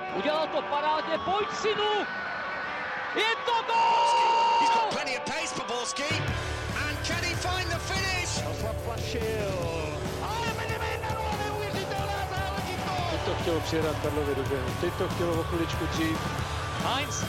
Udělal to parádně, pojď synu! Je to gól! He's got plenty of pace for Borski. And can he find the finish? Ale Medvedev, neuvěřitelná záležitost! Teď to chtělo přijedat Karlovi do běhu, teď to chtělo o chviličku dřív. Heinz!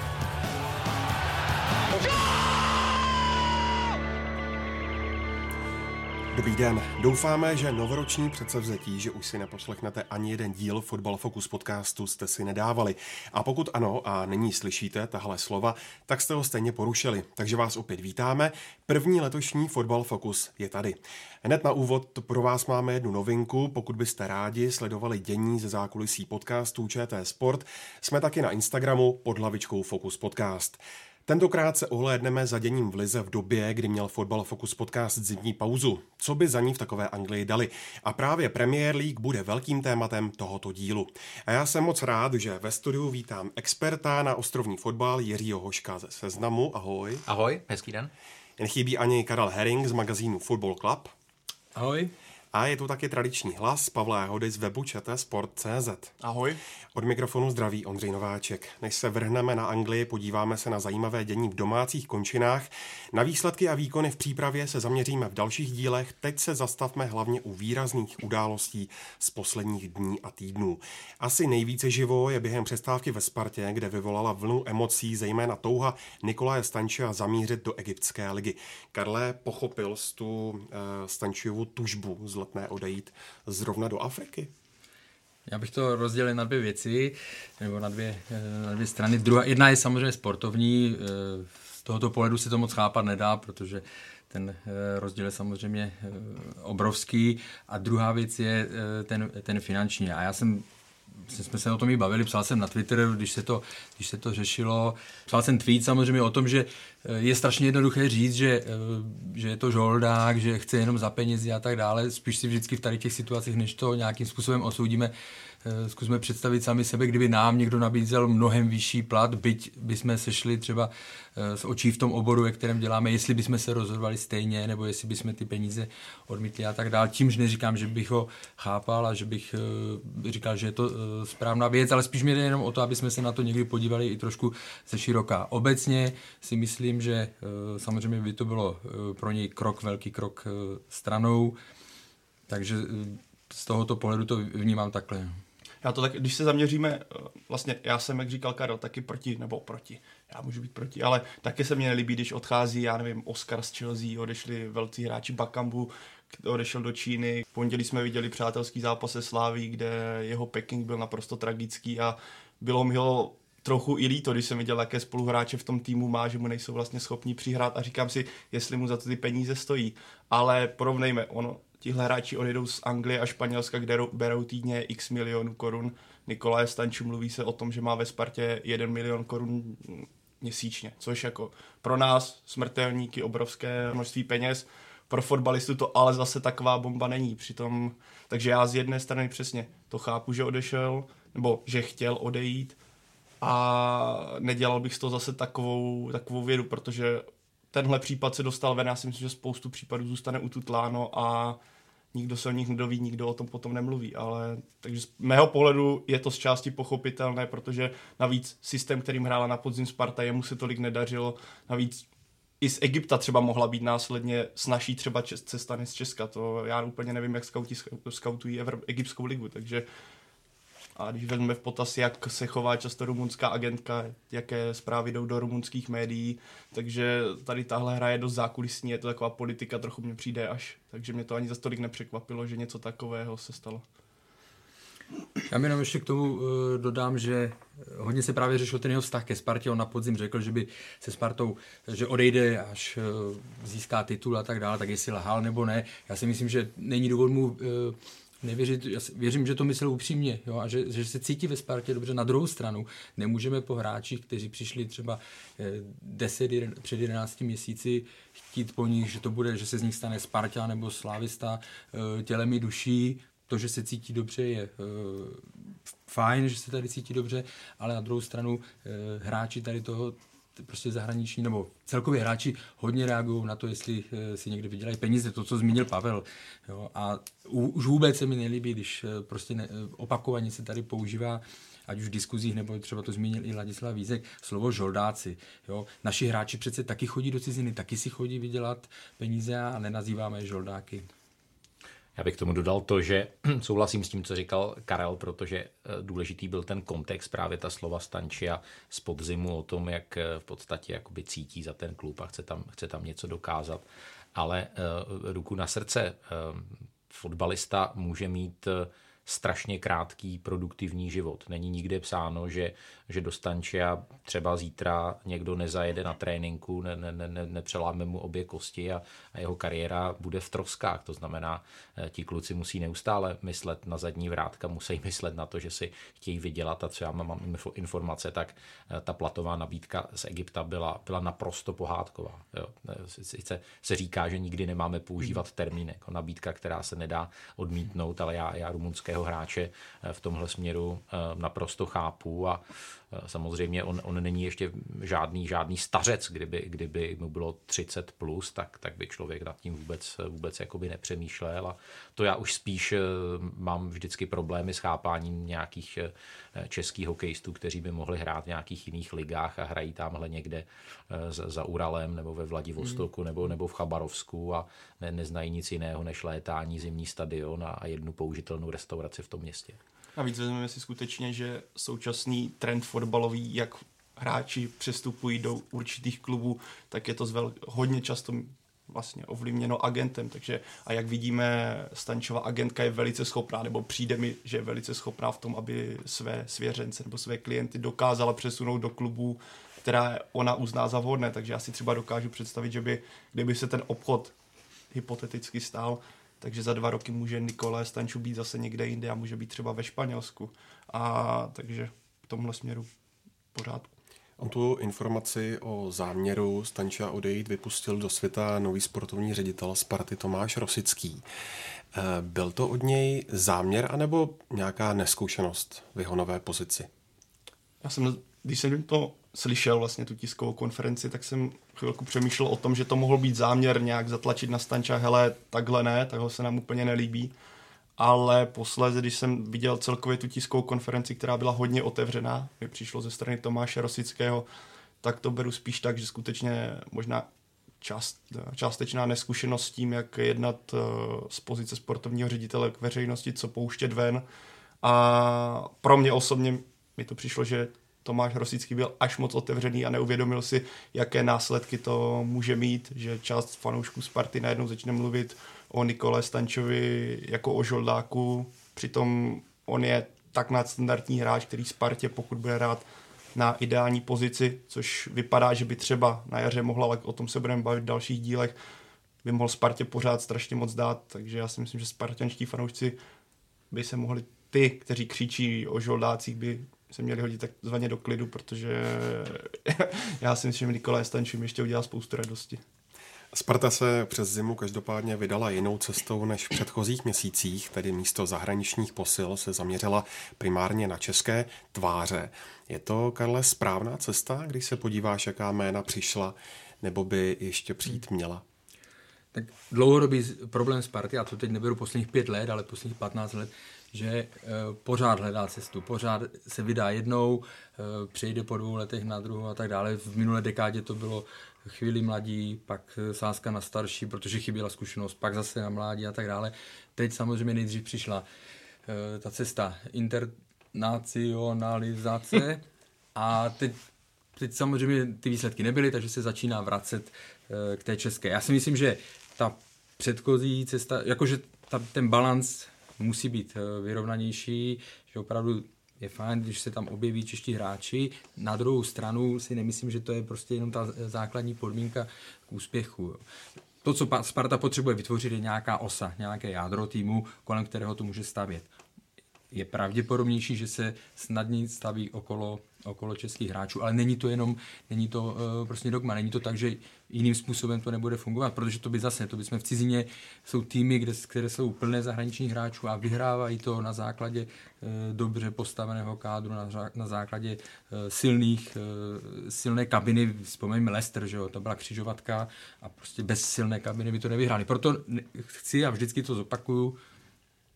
Dobrý den. Doufáme, že novoroční předsevzetí, že už si neposlechnete ani jeden díl Fotbal Focus podcastu, jste si nedávali. A pokud ano a nyní slyšíte tahle slova, tak jste ho stejně porušili. Takže vás opět vítáme. První letošní Fotbal Focus je tady. Hned na úvod pro vás máme jednu novinku. Pokud byste rádi sledovali dění ze zákulisí podcastů ČT Sport, jsme taky na Instagramu pod hlavičkou Focus Podcast. Tentokrát se ohlédneme za děním v lize v době, kdy měl Fotbal Focus podcast zimní pauzu. Co by za ní v takové Anglii dali? A právě Premier League bude velkým tématem tohoto dílu. A já jsem moc rád, že ve studiu vítám experta na ostrovní fotbal Jiřího Hoška ze Seznamu. Ahoj. Ahoj, hezký den. Jen chybí ani Karel Herring z magazínu Football Club. Ahoj. A je tu taky tradiční hlas Pavla Jahody z webu Sport.cz. Ahoj. Od mikrofonu zdraví Ondřej Nováček. Než se vrhneme na Anglii, podíváme se na zajímavé dění v domácích končinách. Na výsledky a výkony v přípravě se zaměříme v dalších dílech. Teď se zastavme hlavně u výrazných událostí z posledních dní a týdnů. Asi nejvíce živo je během přestávky ve Spartě, kde vyvolala vlnu emocí, zejména touha Nikolaje Stančia zamířit do egyptské ligy. Karle, pochopil jsi tu Stančiovu tužbu z Letné odejít zrovna do Afriky? Já bych to rozdělil na dvě věci, nebo na dvě strany. Jedna je samozřejmě sportovní, z tohoto pohledu se to moc chápat nedá, protože ten rozdíl je samozřejmě obrovský. A druhá věc je ten finanční. A jsme se o tom i bavili, psal jsem na Twitter, když se to řešilo. Psal jsem tweet samozřejmě o tom, že je strašně jednoduché říct, že je to žoldák, že chce jenom za penězi a tak dále. Spíš si vždycky v tady těch situacích, než to nějakým způsobem osoudíme, zkusme představit sami sebe, kdyby nám někdo nabízel mnohem vyšší plat, byť bychom se šli třeba z očí v tom oboru, ve kterém děláme, jestli bychom se rozhodovali stejně, nebo jestli bychom ty peníze odmítli a tak dále. Tímž neříkám, že bych ho chápal a že bych říkal, že je to správná věc, ale spíš mi jde jenom o to, aby jsme se na to někdy podívali i trošku ze široká. Obecně si myslím, že samozřejmě by to bylo pro něj velký krok stranou, takže z tohoto pohledu to vnímám takhle. Já to tak, když se zaměříme, vlastně já jsem, jak říkal Karel, taky proti, já můžu být proti, ale taky se mně nelíbí, když odchází, já nevím, Oscar z Chelsea, odešli velcí hráči Bakambu, odešel do Číny. V pondělí jsme viděli přátelský zápas se Slaví, kde jeho Peking byl naprosto tragický a bylo mi ho trochu i líto, když jsem viděl, jaké spoluhráče v tom týmu má, že mu nejsou vlastně schopni přihrát a říkám si, jestli mu za to ty peníze stojí. Ale porovnejme, tihle hráči odejdou z Anglie a Španělska, kde berou týdně x milionů korun. Nikolaje Stanču mluví se o tom, že má ve Spartě 1 milion korun měsíčně, což jako pro nás smrtelníky obrovské množství peněz. Pro fotbalistu to ale zase taková bomba není. Přitom, takže já z jedné strany přesně to chápu, že odešel, nebo že chtěl odejít a nedělal bych z toho zase takovou vědu, protože tenhle případ se dostal ven, já si myslím, že spoustu případů zůstane ututláno a nikdo se o nich nedoví, nikdo o tom potom nemluví, ale takže z mého pohledu je to z části pochopitelné, protože navíc systém, kterým hrála na podzim Sparta, jemu se tolik nedařilo, navíc i z Egypta třeba mohla být následně snazší třeba cesta než z Česka, to já úplně nevím, jak skautují egyptskou ligu, takže a když vezmeme v potaz, jak se chová často rumunská agentka, jaké zprávy jdou do rumunských médií, takže tady tahle hra je dost zákulisní, je to taková politika, trochu mně přijde až, takže mě to ani za tolik nepřekvapilo, že něco takového se stalo. Já mi jenom ještě k tomu dodám, že hodně se právě řešil ten jeho vztah ke Spartě, on na podzim řekl, že by se Spartou, že odejde, až získá titul a tak dále, tak jestli lhal nebo ne. Já si myslím, že není důvod mu nevěřit, já věřím, že to myslel upřímně, jo, a že se cítí ve Spartě dobře. Na druhou stranu nemůžeme po hráčích, kteří přišli třeba před 11 měsíci, chtít po nich, že to bude, že se z nich stane Sparta nebo Slávista tělem i duší. To, že se cítí dobře, je fajn, že se tady cítí dobře, ale na druhou stranu hráči tady toho prostě zahraniční, nebo celkově hráči hodně reagují na to, jestli si někde vydělají peníze, to, co zmínil Pavel. Jo? A už vůbec se mi nelíbí, když prostě opakovaně se tady používá ať už v diskuzích, nebo třeba to zmínil i Ladislav Vízek, slovo žoldáci. Jo? Naši hráči přece taky chodí do ciziny, taky si chodí vydělat peníze a nenazýváme je žoldáky. Já bych tomu dodal to, že souhlasím s tím, co říkal Karel, protože důležitý byl ten kontext, právě ta slova Stančia z podzimu o tom, jak v podstatě jakoby cítí za ten klub a chce tam něco dokázat. Ale ruku na srdce, fotbalista může mít strašně krátký produktivní život. Není nikde psáno, že do Stančia třeba zítra někdo nezajede na tréninku, nepřeláme mu obě kosti a jeho kariéra bude v troskách. To znamená, ti kluci musí neustále myslet na zadní vrátka, musí myslet na to, že si chtějí vydělat a třeba mám informace, tak ta platová nabídka z Egypta byla naprosto pohádková. Jo. Sice se říká, že nikdy nemáme používat termín jako nabídka, která se nedá odmítnout, ale já rumunského hráče v tomhle směru naprosto chápu a samozřejmě on není ještě žádný stařec, kdyby mu bylo 30 plus, tak by člověk nad tím vůbec jakoby nepřemýšlel a to já už spíš mám vždycky problémy s chápáním nějakých českých hokejistů, kteří by mohli hrát v nějakých jiných ligách a hrají tamhle někde za Uralem nebo ve Vladivostoku nebo v Chabarovsku a neznají nic jiného než létání, zimní stadion a jednu použitelnou restauraci v tom městě. Navíc vezmeme si skutečně, že současný trend fotbalový, jak hráči přestupují do určitých klubů, tak je to hodně často vlastně ovlivněno agentem. Takže a jak vidíme, Stančova agentka je velice schopná, nebo přijde mi, že je velice schopná v tom, aby své svěřence nebo své klienty dokázala přesunout do klubů, která ona uzná za vhodné. Takže já si třeba dokážu představit, že kdyby se ten obchod hypoteticky stál, takže za 2 roky může Nikolaj Stanču být zase někde jinde a může být třeba ve Španělsku. A takže v tomhle směru pořádku. On tu informaci o záměru Stanča odejít vypustil do světa nový sportovní ředitel Sparty Tomáš Rosický. Byl to od něj záměr anebo nějaká nezkušenost v jeho nové pozici? Když jsem to slyšel vlastně tu tiskovou konferenci, tak jsem chvilku přemýšlel o tom, že to mohl být záměr nějak zatlačit na Stanča, hele, takhle se nám úplně nelíbí. Ale posléze, když jsem viděl celkově tu tiskovou konferenci, která byla hodně otevřená, mi přišlo ze strany Tomáše Rosického, tak to beru spíš tak, že skutečně možná částečná neskušenost s tím, jak jednat z pozice sportovního ředitele k veřejnosti, co pouštět ven. A pro mě osobně mi to přišlo, že Tomáš Rosický byl až moc otevřený a neuvědomil si, jaké následky to může mít, že část fanoušků Sparty najednou začne mluvit o Nikole Stančovi jako o žoldáku. Přitom on je tak nadstandardní hráč, který Spartě, pokud bude hrát na ideální pozici, což vypadá, že by třeba na jaře mohla, ale o tom se budeme bavit v dalších dílech, by mohl Spartě pořád strašně moc dát, takže já si myslím, že spartanští fanoušci by se mohli, ty, kteří křičí o žoldácích, by se měli hodit takzvaně do klidu, protože já si myslím, že Nikolaj Stanču ještě udělá spoustu radosti. Sparta se přes zimu každopádně vydala jinou cestou než v předchozích měsících, tedy místo zahraničních posil se zaměřila primárně na české tváře. Je to, Karle, správná cesta, když se podíváš, jaká jména přišla, nebo by ještě přijít měla? Tak dlouhodobý problém Sparty, a to teď neberu posledních 5 let, ale posledních 15 let, že pořád hledá cestu, pořád se vydá jednou, přejde po 2 letech na druhou a tak dále. V minulé dekádě to bylo chvíli mladí, pak sázka na starší, protože chyběla zkušenost, pak zase na mládí a tak dále. Teď samozřejmě nejdřív přišla ta cesta internacionalizace a teď samozřejmě ty výsledky nebyly, takže se začíná vracet k té české. Já si myslím, že ta předchozí cesta, jakože ten balans musí být vyrovnanější, že opravdu je fajn, když se tam objeví čeští hráči. Na druhou stranu si nemyslím, že to je prostě jenom ta základní podmínka k úspěchu. To, co Sparta potřebuje vytvořit, je nějaká osa, nějaké jádro týmu, kolem kterého to může stavět. Je pravděpodobnější, že se snadněji staví okolo českých hráčů, ale není to prostě dogma, není to tak, že jiným způsobem to nebude fungovat, protože to by jsme v cizině, jsou týmy, které jsou plné zahraničních hráčů a vyhrávají to na základě dobře postaveného kádru, na základě silné kabiny, vzpomeňme Leicester, že jo, to byla křižovatka a prostě bez silné kabiny by to nevyhráli. Proto chci a vždycky to zopakuju,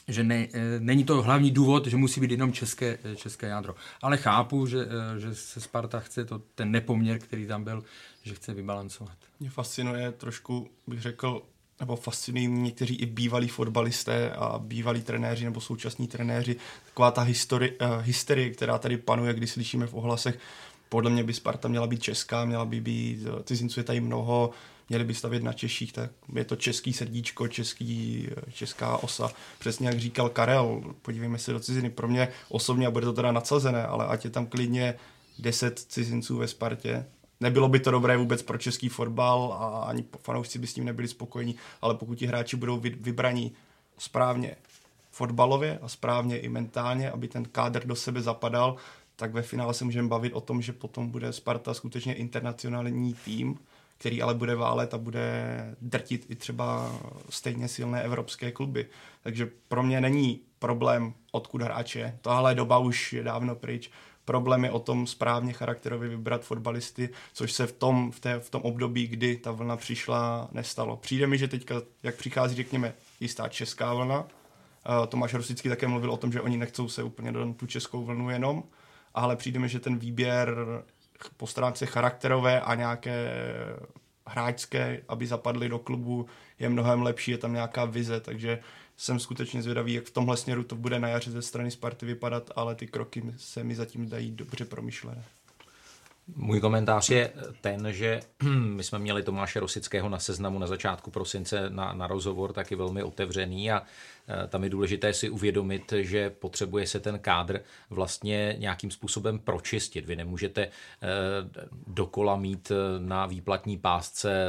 že není to hlavní důvod, že musí být jenom české jádro. Ale chápu, že se Sparta chce ten nepoměr, který tam byl, že chce vybalancovat. Mě fascinuje trošku, bych řekl, nebo fascinují někteří i bývalí fotbalisté a bývalí trenéři nebo současní trenéři. Taková ta hysterie, která tady panuje, když slyšíme v ohlasech. Podle mě by Sparta měla být česká, měla by být, cizinců je tady mnoho, měli by stavět na Češích, tak je to český srdíčko, česká osa. Přesně jak říkal Karel, podívejme se do ciziny. Pro mě osobně, a bude to teda nadsazené, ale ať je tam klidně 10 cizinců ve Spartě. Nebylo by to dobré vůbec pro český fotbal a ani fanoušci by s tím nebyli spokojení, ale pokud ti hráči budou vybraní správně fotbalově a správně i mentálně, aby ten kádr do sebe zapadal, tak ve finále se můžeme bavit o tom, že potom bude Sparta skutečně internacionální tým, který ale bude válet a bude drtit i třeba stejně silné evropské kluby. Takže pro mě není problém, odkud hráč je. Tahle doba už je dávno pryč. Problém je o tom správně charakterově vybrat fotbalisty, což se v tom období, kdy ta vlna přišla, nestalo. Přijde mi, že teďka, jak přichází, řekněme, jistá česká vlna, Tomáš Rosický také mluvil o tom, že oni nechcou se úplně do tu českou vlnu jenom, ale přijde mi, že ten výběr po stránce charakterové a nějaké hráčské, aby zapadly do klubu, je mnohem lepší, je tam nějaká vize, takže jsem skutečně zvědavý, jak v tomhle směru to bude na jaře ze strany Sparty vypadat, ale ty kroky se mi zatím dají dobře promyšlené. Můj komentář je ten, že my jsme měli Tomáše Rosického na seznamu na začátku prosince na rozhovor, taky velmi otevřený, a tam je důležité si uvědomit, že potřebuje se ten kádr vlastně nějakým způsobem pročistit. Vy nemůžete dokola mít na výplatní pásce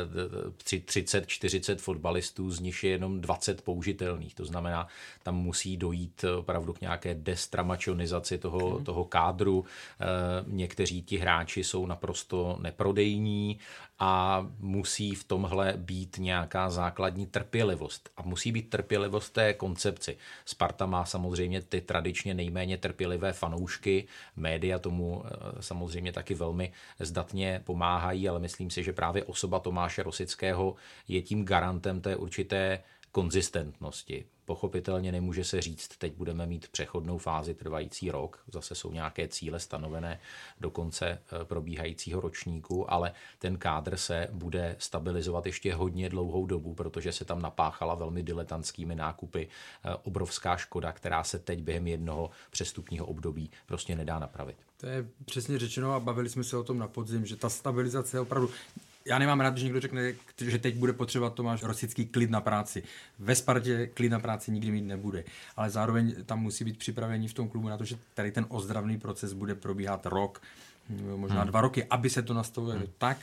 30-40 fotbalistů, z nich je jenom 20 použitelných. To znamená, tam musí dojít opravdu k nějaké destramačonizaci toho kádru. Někteří ti hráči jsou naprosto neprodejní a musí v tomhle být nějaká základní trpělivost. A musí být trpělivost té koncepci. Sparta má samozřejmě ty tradičně nejméně trpělivé fanoušky. Média tomu samozřejmě taky velmi zdatně pomáhají, ale myslím si, že právě osoba Tomáše Rosického je tím garantem té určité konzistentnosti. Pochopitelně nemůže se říct, teď budeme mít přechodnou fázi trvající rok, zase jsou nějaké cíle stanovené do konce probíhajícího ročníku, ale ten kádr se bude stabilizovat ještě hodně dlouhou dobu, protože se tam napáchala velmi diletantskými nákupy obrovská škoda, která se teď během jednoho přestupního období prostě nedá napravit. To je přesně řečeno a bavili jsme se o tom na podzim, že ta stabilizace je opravdu... Já nemám rád, když někdo řekne, že teď bude potřebovat Tomáš Rosický klid na práci. Ve Spartě klid na práci nikdy mít nebude, ale zároveň tam musí být připravení v tom klubu na to, že tady ten ozdravný proces bude probíhat rok, možná 2 roky, aby se to nastavilo tak,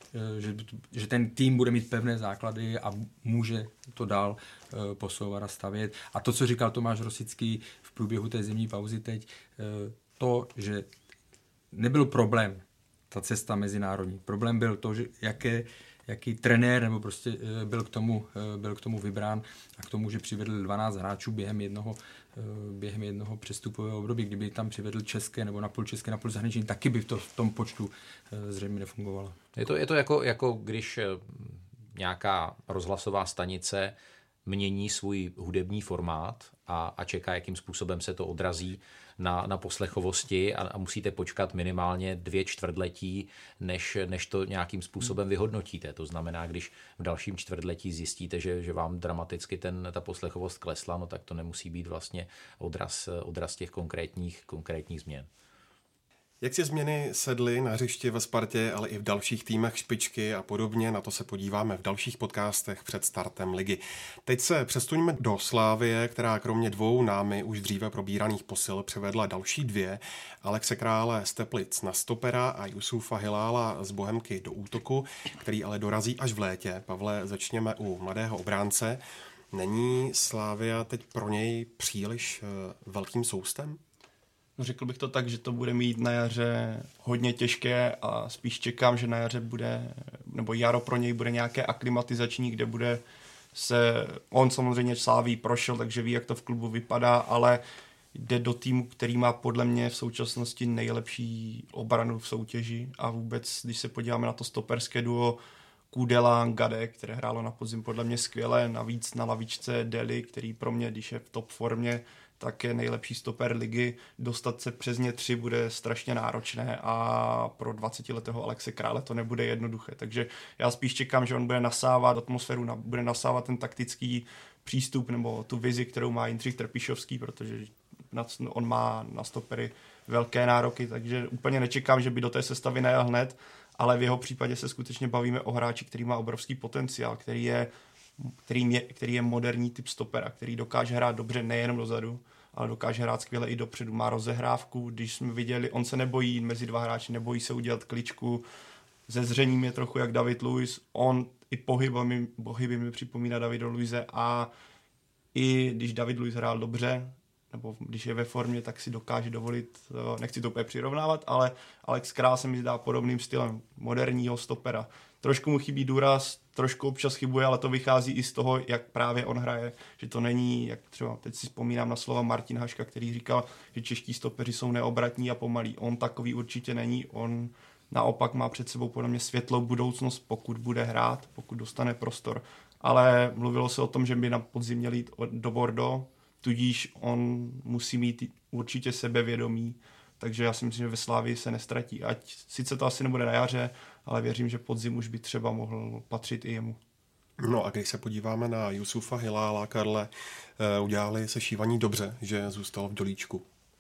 že ten tým bude mít pevné základy a může to dál posouvat a stavět. A to, co říkal Tomáš Rosický v průběhu té zimní pauzy teď, to, že nebyl problém ta cesta mezinárodní. Problém byl to, že jaký trenér nebo prostě byl k tomu vybrán a k tomu, že přivedl 12 hráčů během jednoho přestupového období. Kdyby tam přivedl české nebo napůl české, napůl zahraniční, taky by to v tom počtu zřejmě nefungovalo. Je to jako když nějaká rozhlasová stanice mění svůj hudební formát a čeká, jakým způsobem se to odrazí na poslechovosti a musíte počkat minimálně 2 čtvrtletí, než to nějakým způsobem vyhodnotíte. To znamená, když v dalším čtvrtletí zjistíte, že vám dramaticky ta poslechovost klesla, no tak to nemusí být vlastně odraz těch konkrétních změn. Jak si změny sedly na hřišti ve Spartě, ale i v dalších týmech špičky a podobně, na to se podíváme v dalších podcastech před startem ligy. Teď se přesuňme do Slavie, která kromě 2 námi už dříve probíraných posil přivedla další 2, Alexe Krále z Teplic na stopera a Jusufa Hilála z Bohemky do útoku, který ale dorazí až v létě. Pavle, začněme u mladého obránce. Není Slavia teď pro něj příliš velkým soustem? No, řekl bych to tak, že to bude mít na jaře hodně těžké a spíš čekám, že na jaře nebo jaro pro něj bude nějaké aklimatizační, kde bude on samozřejmě Slaví prošel, takže ví, jak to v klubu vypadá, ale jde do týmu, který má podle mě v současnosti nejlepší obranu v soutěži a vůbec, když se podíváme na to stoperské duo, Kudela, Gade, které hrálo na podzim podle mě skvěle, navíc na lavičce Deli, který pro mě, když je v top formě, tak je nejlepší stoper ligy. Dostat se přes ně 3 bude strašně náročné a pro 20letého Alexe Krále to nebude jednoduché. Takže já spíš čekám, že on bude nasávat atmosféru, bude nasávat ten taktický přístup nebo tu vizi, kterou má Jindřich Trpišovský, protože on má na stopery velké nároky, takže úplně nečekám, že by do té sestavy najel hned, ale v jeho případě se skutečně bavíme o hráči, který má obrovský potenciál, který je moderní typ stopera, který dokáže hrát dobře nejenom dozadu, ale dokáže hrát skvěle i dopředu. Má rozehrávku, když jsme viděli, on se nebojí mezi 2 hráči, nebojí se udělat kličku, ze zřením je trochu jak David Luiz, on i pohyby mi připomíná Davida Luise a i když David Luiz hrál dobře, nebo když je ve formě, tak si dokáže dovolit, nechci to úplně přirovnávat, ale Alex Král se mi zdá podobným stylem moderního stopera. Trošku mu chybí důraz, trošku občas chybuje, ale to vychází i z toho, jak právě on hraje, že to není, jak třeba teď si vzpomínám na slova Martin Haška, který říkal, že čeští stopeři jsou neobratní a pomalí. On takový určitě není, on naopak má před sebou podle mě světlou budoucnost, pokud bude hrát, pokud dostane prostor. Ale mluvilo se o tom, že by na podzim měl jít do Bordeaux, tudíž on musí mít určitě sebevědomí, takže já si myslím, že ve Slávii se nestratí. Ať sice to asi nebude na jaře, ale věřím, že podzim už by třeba mohl patřit i jemu. No a když se podíváme na Jusufa Hilála, Karle, udělali se Šívaní dobře, že zůstal v Dolíčku?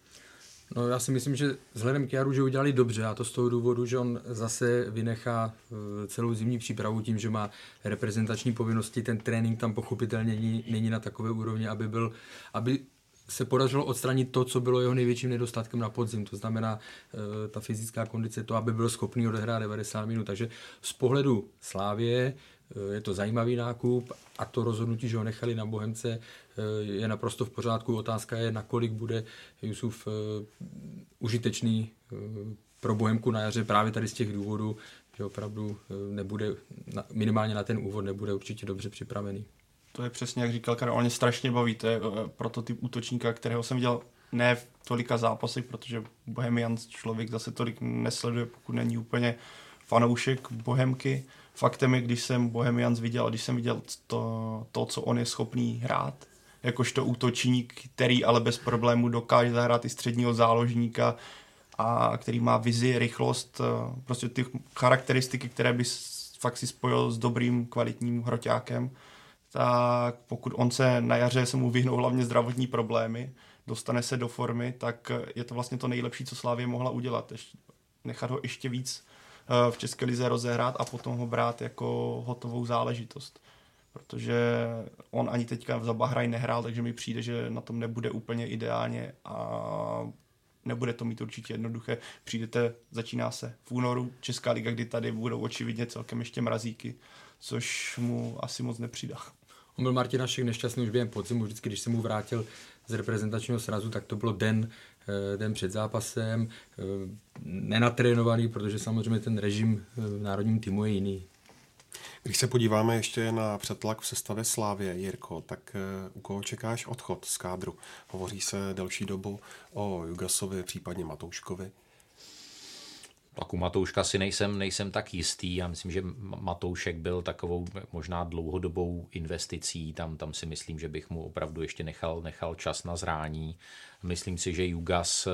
No já si myslím, že vzhledem k jaru, že udělali dobře, a to z toho důvodu, že on zase vynechá celou zimní přípravu tím, že má reprezentační povinnosti, ten trénink tam pochopitelně není na takové úrovni, aby se podařilo odstranit to, co bylo jeho největším nedostatkem na podzim, to znamená ta fyzická kondice, to, aby byl schopný odehrát 90 minut, takže z pohledu Slávie je to zajímavý nákup a to rozhodnutí, že ho nechali na Bohemce, je naprosto v pořádku. Otázka je, nakolik bude Jusuf užitečný pro Bohemku na jaře právě tady z těch důvodů, že opravdu nebude, minimálně na ten úvod nebude určitě dobře připravený. To je přesně, jak říkal Karel, mě strašně baví, to je prototyp útočníka, kterého jsem viděl ne v tolika zápasech, protože Bohemians člověk zase tolik nesleduje, pokud není úplně fanoušek Bohemky. Faktem je, když jsem Bohemians viděl, když jsem viděl to, co on je schopný hrát, jakožto útočník, který ale bez problému dokáže zahrát i středního záložníka a který má vizi, rychlost, prostě ty charakteristiky, které by fakt si spojil s dobrým, kvalitním hroťákem, tak pokud on se na jaře se mu vyhnou hlavně zdravotní problémy, dostane se do formy, tak je to vlastně to nejlepší, co Slavie mohla udělat. Nechat ho ještě víc v České lize rozehrát a potom ho brát jako hotovou záležitost. Protože on ani teďka za Bahrajn nehrál, takže mi přijde, že na tom nebude úplně ideálně a nebude to mít určitě jednoduché. Začíná se v únoru Česká liga, kdy tady budou očividně celkem ještě mrazíky, což mu asi moc nepřidá. On byl Martin Hašek nešťastný už během podzimu, vždycky, když se mu vrátil z reprezentačního srazu, tak to bylo den před zápasem, nenatrénovaný, protože samozřejmě ten režim v národním týmu je jiný. Když se podíváme ještě na přetlak v sestavě Slávie, Jirko, tak u koho čekáš odchod z kádru? Hovoří se delší dobu o Jugasovi, případně Matouškovi. Tak u Matouška si nejsem tak jistý. Já myslím, že Matoušek byl takovou možná dlouhodobou investicí. Tam si myslím, že bych mu opravdu ještě nechal čas na zrání. Myslím si, že Jugas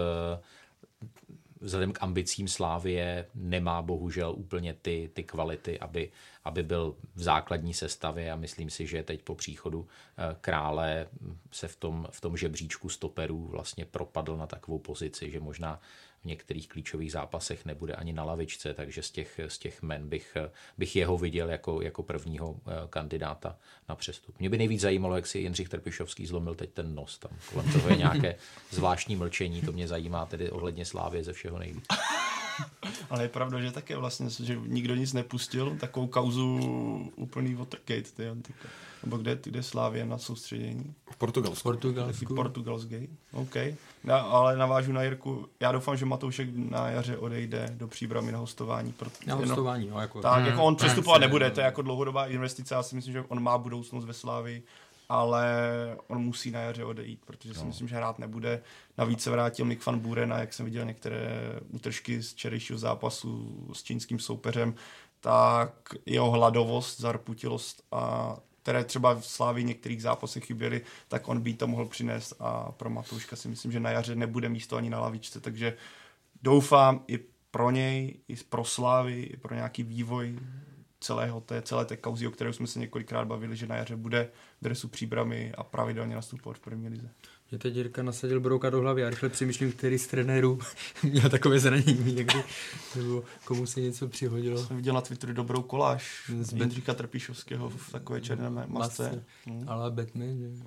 vzhledem k ambicím Slávie nemá bohužel úplně ty kvality, aby byl v základní sestavě a myslím si, že teď po příchodu Krále se v tom žebříčku stoperů vlastně propadl na takovou pozici, že možná v některých klíčových zápasech nebude ani na lavičce, takže z těch men bych jeho viděl jako prvního kandidáta na přestup. Mě by nejvíc zajímalo, jak si Jindřich Trpišovský zlomil teď ten nos. Tam kolem toho je nějaké zvláštní mlčení, to mě zajímá tedy ohledně Slávie ze všeho nejvíc. Ale je pravda, že také vlastně, že nikdo nic nepustil, takovou kauzu úplný Watergate, nebo kde Slávie na soustředění? V Portugalsku. Portugalský, OK. Ale navážu na Jirku, já doufám, že Matoušek na jaře odejde do Příbrami na hostování. Na hostování, jako... Tak, jako on přestupovat nebude, to je jako dlouhodobá investice, já si myslím, že on má budoucnost ve Slávii, ale on musí na jaře odejít, protože si myslím, že hrát nebude. Navíc se vrátil Mick van Buren a jak jsem viděl některé útržky z včerejšího zápasu s čínským soupeřem, tak jeho hladovost, zarputilost, a které třeba v Slávii některých zápasech chyběly, tak on by to mohl přinést a pro Matouška si myslím, že na jaře nebude místo ani na lavičce, takže doufám i pro něj, i pro Slávii, i pro nějaký vývoj celé té kauzy, o které jsme se několikrát bavili, že na jaře bude v dresu Příbrami a pravidelně nastupovat v první lize. Mě teď Jirka nasadil brouka do hlavy a rychle přemýšlím, který z trenérů měl takové zranění někdy, nebo komu se něco přihodilo. Jsem viděl na Twitteru dobrou koláž z Jindřicha Trpišovského v takové černé masce. Ale Batman,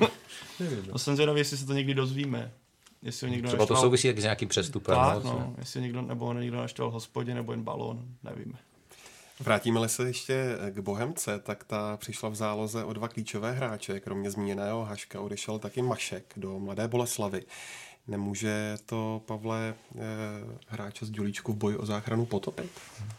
No jsem zvědavý, jestli se to někdy dozvíme. Jestli ho někdo třeba naštval, to souvisí jak s nějakým přestupem. tak, jestli někdo naštval hospodě nebo jen balón, nevíme. Vrátíme-li se ještě k Bohemce, tak ta přišla v záloze o 2 klíčové hráče. Kromě zmíněného Haška odešel taky Mašek do Mladé Boleslavi. Nemůže to, Pavle, hráče z Dělíčku v boji o záchranu potopit?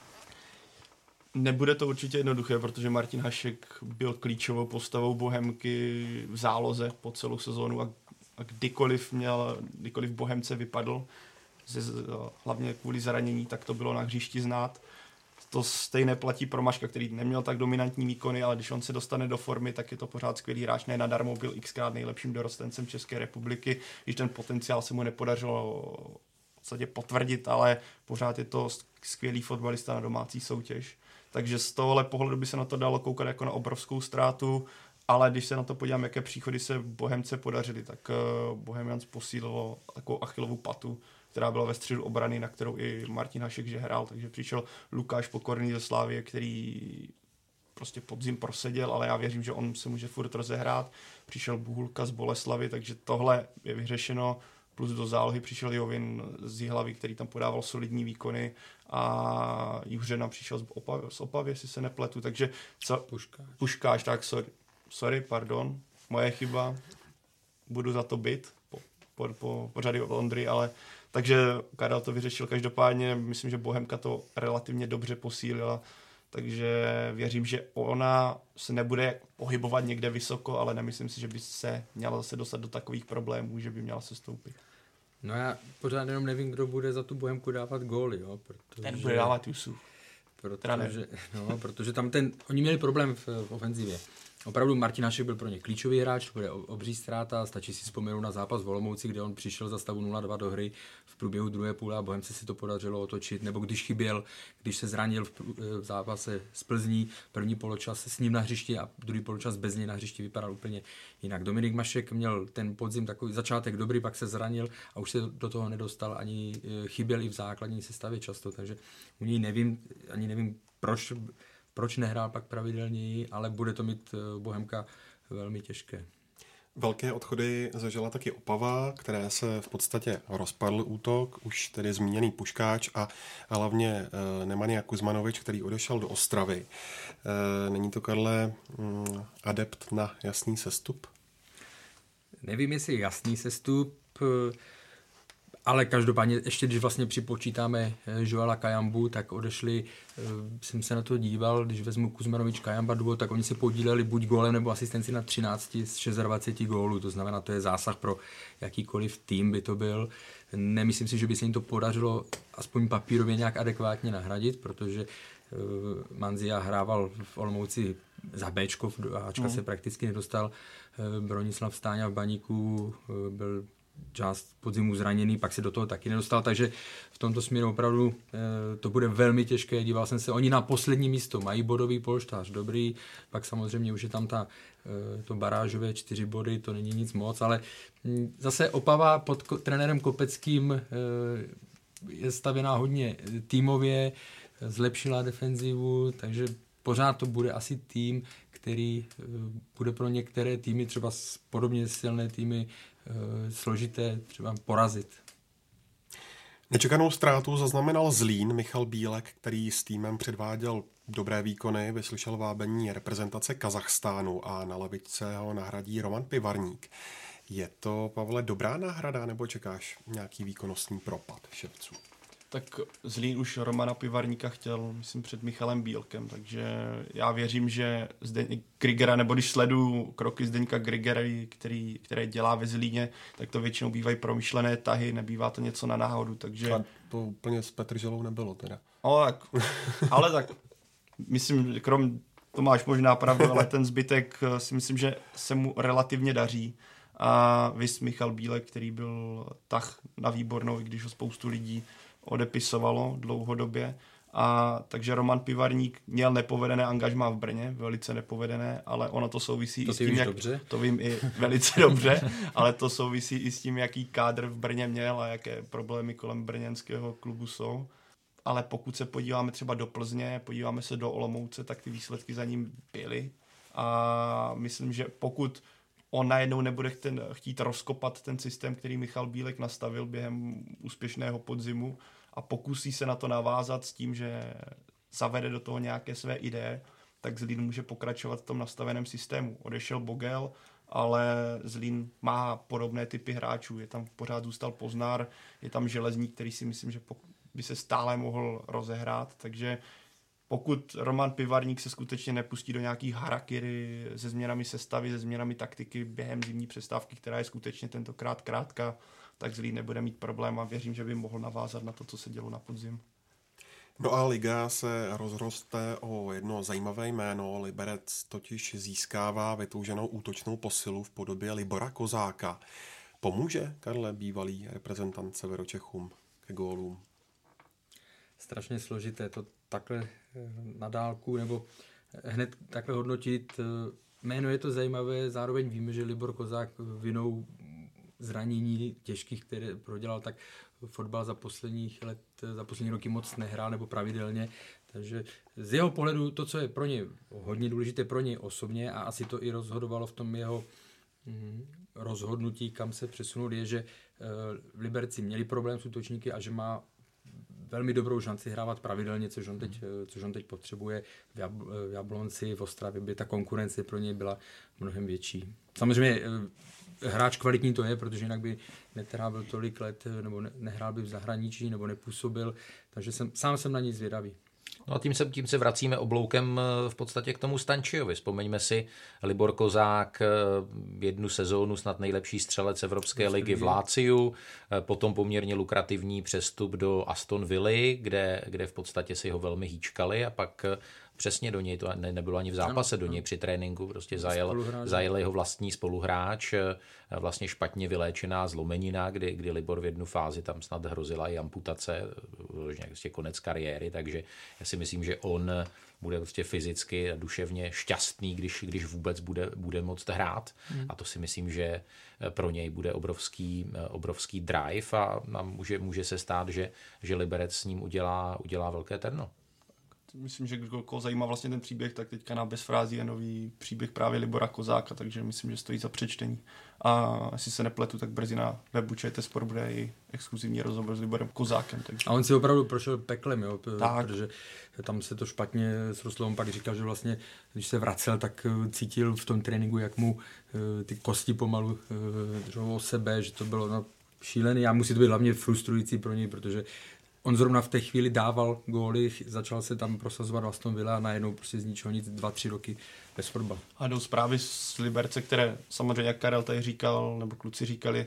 Nebude to určitě jednoduché, protože Martin Hašek byl klíčovou postavou Bohemky v záloze po celou sezónu a kdykoliv v Bohemce vypadl, hlavně kvůli zranění, tak to bylo na hřišti znát. To stejné platí pro Maška, který neměl tak dominantní výkony, ale když on se dostane do formy, tak je to pořád skvělý hráč. Ne nadarmo byl xkrát nejlepším dorostencem České republiky, když ten potenciál se mu nepodařilo v podstatě potvrdit, ale pořád je to skvělý fotbalista na domácí soutěž. Takže z tohohle pohledu by se na to dalo koukat jako na obrovskou ztrátu, ale když se na to podívám, jaké příchody se Bohemce podařily, tak Bohemians posílilo takovou Achillovu patu, která byla ve středu obrany, na kterou i Martin Hašek že hrál, takže přišel Lukáš Pokorný ze Slávie, který prostě podzim proseděl, ale já věřím, že on se může furt rozehrát. Přišel Buhulka z Boleslavy, takže tohle je vyřešeno, plus do zálohy přišel Jovin z Jihlavy, který tam podával solidní výkony a Juhřena přišel z Opavy, jestli se nepletu, takže Puškáš, tak sorry, pardon, moje chyba, budu za to bit po řady od Ondry, ale takže Karel to vyřešil. Každopádně myslím, že Bohemka to relativně dobře posílila, takže věřím, že ona se nebude pohybovat někde vysoko, ale nemyslím si, že by se měla zase dostat do takových problémů, že by měla se stoupit. No já pořád jenom nevím, kdo bude za tu Bohemku dávat góly, jo, protože... Ten bude dávat Jusuf. Protože tam oni měli problém v ofenzivě. Opravdu Martin Hašek byl pro ně klíčový hráč, to bude obří ztráta, stačí si vzpomenout na zápas v Olomouci, kde on přišel za stavu 0-2 do hry v průběhu druhé půle a Bohemce si to podařilo otočit, nebo když chyběl, když se zranil v zápase s Plzní, první poločas s ním na hřišti a druhý poločas bez něj na hřišti vypadal úplně jinak. Dominik Mašek měl ten podzim takový začátek dobrý, pak se zranil a už se do toho nedostal, ani chyběl i v základní sestavě často, takže u něj nevím proč nehrál pak pravidelněji, ale bude to mít Bohemka velmi těžké. Velké odchody zažila taky Opava, které se v podstatě rozpadl útok, už tedy zmíněný Puškáč a hlavně Nemanja Kuzmanovič, který odešel do Ostravy. Není to, Karle, adept na jasný sestup? Nevím, jestli jasný sestup, ale každopádně ještě když vlastně připočítáme Joela Kajambu, tak odešli, jsem se na to díval, když vezmu Kuzmanovič Kajamba duo, tak oni se podíleli buď gólem nebo asistenci na 13 z 26 gólů, to znamená, to je zásah pro jakýkoliv tým by to byl. Nemyslím si, že by se jim to podařilo aspoň papírově nějak adekvátně nahradit, protože Manzia hrával v Olomouci za Bčko, do Ačka se prakticky nedostal, Bronislav Stáňa v Baníku byl část podzimu zraněný, pak se do toho taky nedostal, takže v tomto směru opravdu to bude velmi těžké. Díval jsem se, oni na poslední místo mají bodový polštář dobrý, pak samozřejmě už je tam to barážové 4 body, to není nic moc, ale zase Opava pod trenérem Kopeckým je stavěná hodně týmově, zlepšila defenzivu, takže pořád to bude asi tým, který bude pro některé týmy, třeba podobně silné týmy, složité třeba porazit. Nečekanou ztrátu zaznamenal Zlín. Michal Bílek, který s týmem předváděl dobré výkony, vyslyšel vábení reprezentace Kazachstánu a na lavičce ho nahradí Roman Pivarník. Je to, Pavle, dobrá náhrada, nebo čekáš nějaký výkonnostní propad ševců? Tak Zlín už Romana Pivarníka chtěl, myslím, před Michalem Bílkem, takže já věřím, že Zdeněk Grigera, nebo když sleduju kroky Zdeňka Grigera, které dělá ve Zlíně, tak to většinou bývají promyšlené tahy, nebývá to něco na náhodu, takže... A to úplně s Petrželou nebylo teda. Ale tak myslím, krom to máš možná pravdu, ale ten zbytek si myslím, že se mu relativně daří. A vys Michal Bílek, který byl tah na Výbornou, i když ho spoustu lidí odepisovalo dlouhodobě. A takže Roman Pivarník měl nepovedené angažmá v Brně, velice nepovedené, ale ono to souvisí to i s tím, dobře. To vím i velice dobře, ale to souvisí i s tím, jaký kádr v Brně měl a jaké problémy kolem brněnského klubu jsou. Ale pokud se podíváme třeba do Plzně, podíváme se do Olomouce, tak ty výsledky za ním byly. A myslím, že pokud on najednou nebude chtít rozkopat ten systém, který Michal Bílek nastavil během úspěšného podzimu a pokusí se na to navázat s tím, že zavede do toho nějaké své ideje, tak Zlín může pokračovat v tom nastaveném systému. Odešel Bogel, ale Zlín má podobné typy hráčů. Je tam pořád zůstal Poznár, je tam Železník, který si myslím, že by se stále mohl rozehrát, takže pokud Roman Pivarník se skutečně nepustí do nějakých harakiri se změnami sestavy, se změnami taktiky během zimní přestávky, která je skutečně tentokrát krátká, tak Zlín nebude mít problém a věřím, že by mohl navázat na to, co se dělo na podzim. No a liga se rozroste o jedno zajímavé jméno. Liberec totiž získává vytouženou útočnou posilu v podobě Libora Kozáka. Pomůže, Karle, bývalý reprezentant Severočechům ke gólům? Strašně složité to takhle na dálku nebo hned takhle hodnotit. Jméno je to zajímavé, zároveň víme, že Libor Kozák vinou zranění těžkých, které prodělal, tak fotbal za poslední roky moc nehrál nebo pravidelně. Takže z jeho pohledu to, co je pro ně hodně důležité pro něj osobně a asi to i rozhodovalo v tom jeho rozhodnutí, kam se přesunul, je, že v Liberci měli problém s útočníky a že má velmi dobrou šanci hrávat pravidelně, což on teď potřebuje. V Jablonci, v Ostravě by ta konkurence pro něj byla mnohem větší. Samozřejmě hráč kvalitní to je, protože jinak by netrávil tolik let, nebo nehrál by v zahraničí, nebo nepůsobil, takže sám jsem na něj zvědavý. No a tím se vracíme obloukem v podstatě k tomu Stančiovi. Vzpomeňme si, Libor Kozák, jednu sezónu snad nejlepší střelec Evropské ligy v Láciu, potom poměrně lukrativní přestup do Aston Villy, kde v podstatě si ho velmi hýčkali a pak přesně do něj, to nebylo ani v zápase, do něj při tréninku, prostě zajel jeho vlastní spoluhráč, vlastně špatně vyléčená zlomenina, kdy Libor v jednu fázi tam snad hrozila i amputace, prostě konec kariéry, takže já si myslím, že on bude prostě fyzicky a duševně šťastný, když vůbec bude moct hrát. A to si myslím, že pro něj bude obrovský drive a může se stát, že Liberec s ním udělá velké terno. Myslím, že koho zajímá vlastně ten příběh, tak teďka na Bez frází je nový příběh právě Libora Kozáka, takže myslím, že stojí za přečtení. A jestli se nepletu, tak brzy na webu ČT Sport bude i exkluzivní rozhovor s Liborem Kozákem. Takže. A on si opravdu prošel peklem, jo, protože tam se to špatně srostlo. On pak říkal, že vlastně, když se vracel, tak cítil v tom tréninku, jak mu ty kosti pomalu držou o sebe, že to bylo šílený. A musí to být hlavně frustrující pro něj, protože on zrovna v té chvíli dával góly, začal se tam prosazovat Aston Villa a najednou prostě z ničeho nic 2-3 roky bez fotbalu. A jdou zprávy z Liberce, které samozřejmě, jak Karel tady říkal, nebo kluci říkali,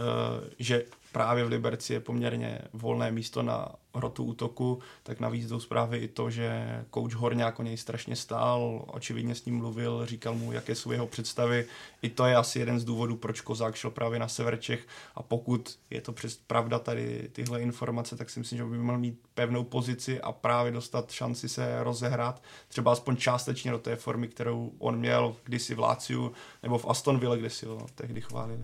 že právě v Liberci je poměrně volné místo na hrotu útoku, tak navíc jdou zprávy i to, že kouč Horňák o něj strašně stál, očividně s ním mluvil, říkal mu, jaké jsou jeho představy. I to je asi jeden z důvodů, proč Kozák šel právě na sever Čech a pokud je to pravda tady tyhle informace, tak si myslím, že by měl mít pevnou pozici a právě dostat šanci se rozehrát, třeba aspoň částečně do té formy, kterou on měl kdysi v Láciu nebo v Aston Ville, kde si ho tehdy chválili.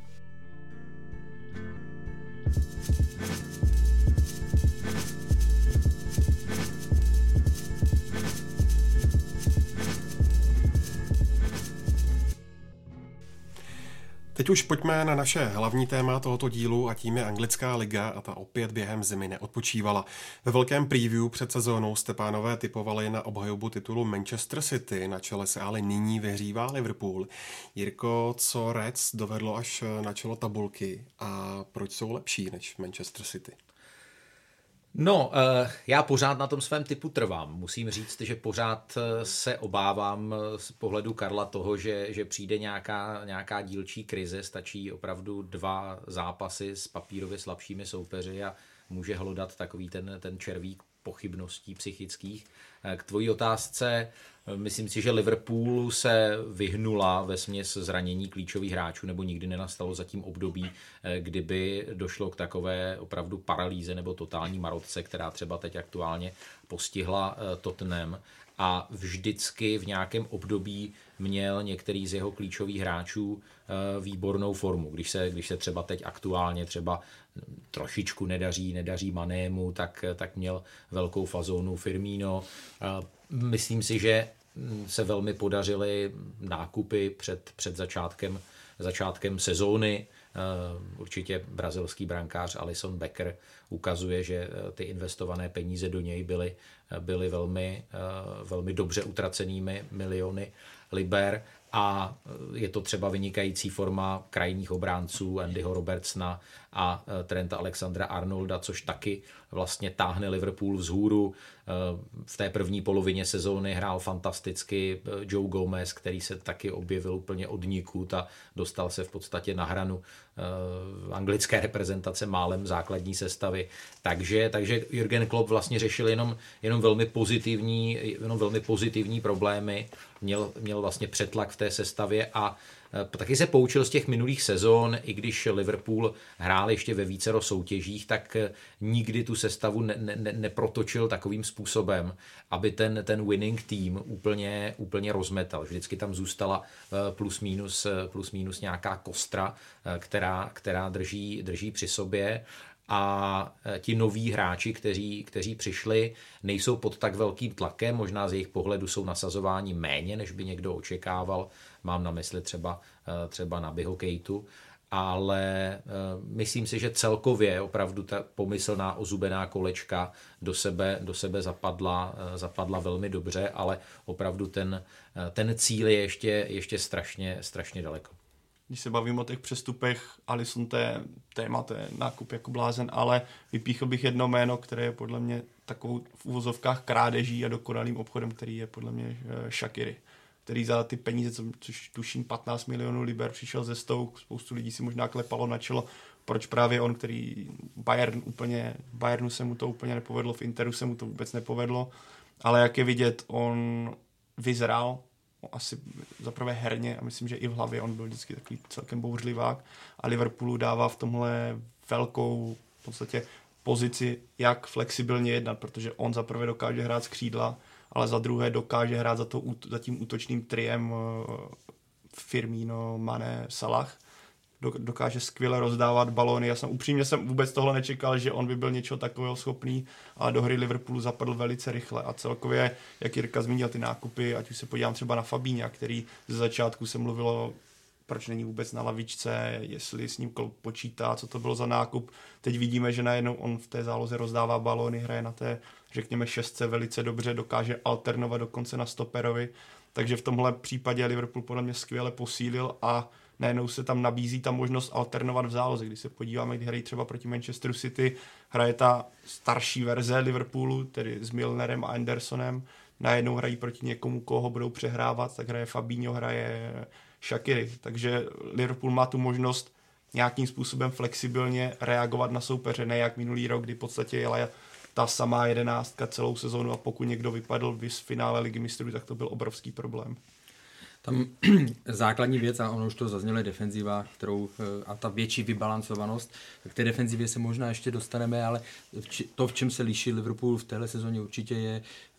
Teď už pojďme na naše hlavní téma tohoto dílu a tím je anglická liga a ta opět během zimy neodpočívala. Ve velkém preview před sezónou jste, pánové, tipovali na obhajobu titulu Manchester City, na čele se ale nyní vyhřívá Liverpool. Jirko, co Reds dovedlo až na čelo tabulky a proč jsou lepší než Manchester City? No, já pořád na tom svém typu trvám. Musím říct, že pořád se obávám z pohledu Karla toho, že přijde nějaká dílčí krize, stačí opravdu 2 zápasy s papírově slabšími soupeři a může hlodat takový ten červík pochybností psychických. K tvojí otázce, myslím si, že Liverpoolu se vyhnula vesměs zranění klíčových hráčů, nebo nikdy nenastalo zatím období, kdyby došlo k takové opravdu paralýze nebo totální marotce, která třeba teď aktuálně postihla Tottenham. A vždycky v nějakém období měl některý z jeho klíčových hráčů výbornou formu. Když se třeba teď aktuálně třeba trošičku nedaří Manému, tak měl velkou fazónu Firmino. Myslím si, že se velmi podařily nákupy před začátkem sezóny. Určitě brazilský brankář Alisson Becker ukazuje, že ty investované peníze do něj byly velmi dobře utracenými miliony liber a je to třeba vynikající forma krajních obránců Andyho Robertsona a Trenta Alexandra-Arnolda, což taky vlastně táhne Liverpool vzhůru. V té první polovině sezóny hrál fantasticky Joe Gomez, který se taky objevil úplně od nikud a dostal se v podstatě na hranu anglické reprezentace málem základní sestavy. Takže Jürgen Klopp vlastně řešil jenom velmi pozitivní problémy, měl vlastně přetlak v té sestavě a taky se poučil z těch minulých sezón, i když Liverpool hrál ještě ve vícero soutěžích, tak nikdy tu sestavu neprotočil takovým způsobem, aby ten winning team úplně rozmetal. Vždycky tam zůstala plus minus nějaká kostra, která drží při sobě. A ti noví hráči, kteří přišli, nejsou pod tak velkým tlakem, možná z jejich pohledu jsou nasazováni méně, než by někdo očekával. Mám na mysli třeba Nabyho Keitu, ale myslím si, že celkově opravdu ta pomyslná ozubená kolečka do sebe zapadla velmi dobře, ale opravdu ten cíl je ještě strašně daleko. Když se bavím o těch přestupech, Alisson to je nákup jako blázen, ale vypíchl bych jedno jméno, které je podle mě takovou v uvozovkách krádeží a dokonalým obchodem, který je podle mě Shaqiri, který za ty peníze, což tuším 15 milionů liber, přišel ze Stoke. Spoustu lidí si možná klepalo na čelo, proč právě on, který Bayernu se mu to úplně nepovedlo, v Interu se mu to vůbec nepovedlo, ale jak je vidět, on vyzrál, asi zaprvé herně a myslím, že i v hlavě on byl vždycky takový celkem bouřlivák a Liverpoolu dává v tomhle velkou v podstatě pozici, jak flexibilně jednat, protože on zaprvé dokáže hrát z křídla, ale za druhé dokáže hrát za tím útočným triem Firmino, Mané, Salah. Dokáže skvěle rozdávat balóny. Upřímně jsem vůbec tohle nečekal, že on by byl něčeho takového schopný, ale do hry Liverpoolu zapadl velice rychle a celkově, jak Jirka zmínil ty nákupy, ať už se podívám třeba na Fabíňa, který ze začátku se mluvilo, proč není vůbec na lavičce, jestli s ním Klopp počítá, co to bylo za nákup. Teď vidíme, že najednou on v té záloze rozdává balóny, hraje na té, řekněme, šestce velice dobře, dokáže alternovat dokonce na stoperovi, takže v tomhle případě Liverpool podle mě skvěle posílil a najednou se tam nabízí ta možnost alternovat v záloze. Když se podíváme, kdy hrají třeba proti Manchesteru City, hraje ta starší verze Liverpoolu, tedy s Milnerem a Andersonem, najednou hrají proti někomu, koho budou přehrávat, tak hraje Fabinho, hraje Shaqiri. Takže Liverpool má tu možnost nějakým způsobem flexibilně reagovat na soupeře, ne jak minulý rok, kdy v podstatě jela ta samá 11 celou sezónu a pokud někdo vypadl v finále Ligy mistrů, tak to byl obrovský problém. Tam základní věc, a ono už to zaznělo, je defenziva, a ta větší vybalancovanost. K té defenzivě se možná ještě dostaneme, ale to, v čem se liší Liverpool v téhle sezóně, určitě je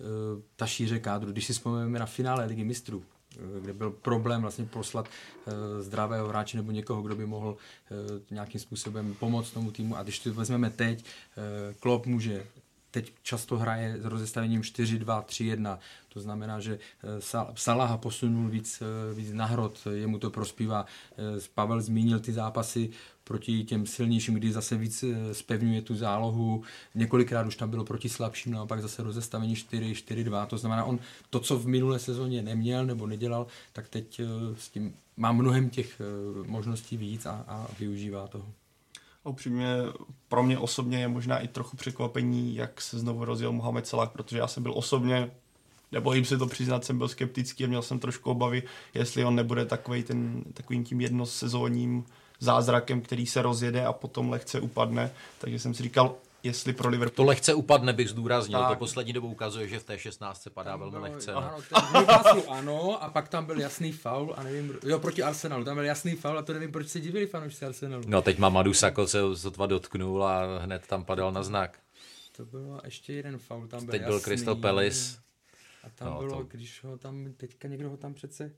ta šíře kádru. Když si vzpomeneme na finále Ligy mistrů, kde byl problém vlastně poslat zdravého hráče nebo někoho, kdo by mohl nějakým způsobem pomoct tomu týmu. A když to vezmeme teď, Klopp teď často hraje s rozestavením 4-2, 3-1. To znamená, že Salaha posunul víc na hrot, jemu to prospívá. Pavel zmínil ty zápasy proti těm silnějším, kdy zase víc zpevňuje tu zálohu. Několikrát už tam bylo proti slabším, no a pak zase rozestavení 4-4-2. To znamená, on to, co v minulé sezóně neměl nebo nedělal, tak teď s tím má mnohem těch možností víc a využívá toho. Upřímně pro mě osobně je možná i trochu překvapení, jak se znovu rozjel Mohamed Salah, protože já jsem byl osobně, nebojím se to přiznat, jsem byl skeptický a měl jsem trošku obavy, jestli on nebude takovým tím jednosezónním zázrakem, který se rozjede a potom lehce upadne. Takže jsem si říkal, jestli pro Liverpool... To lehce upadne, bych zdůraznil. To poslední dobou ukazuje, že v té 16 padá velmi lehce. Ano, a pak tam byl jasný faul a nevím, proti Arsenalu, tam byl jasný faul a to nevím, proč se divili fanoušci Arsenalu. No teď Mamadou Sakho se sotva dotknul a hned tam padal na znak. To bylo ještě jeden faul, tam byl teď jasný. Byl Crystal Palace. A tam bylo, když ho tam, teďka někdo ho tam přece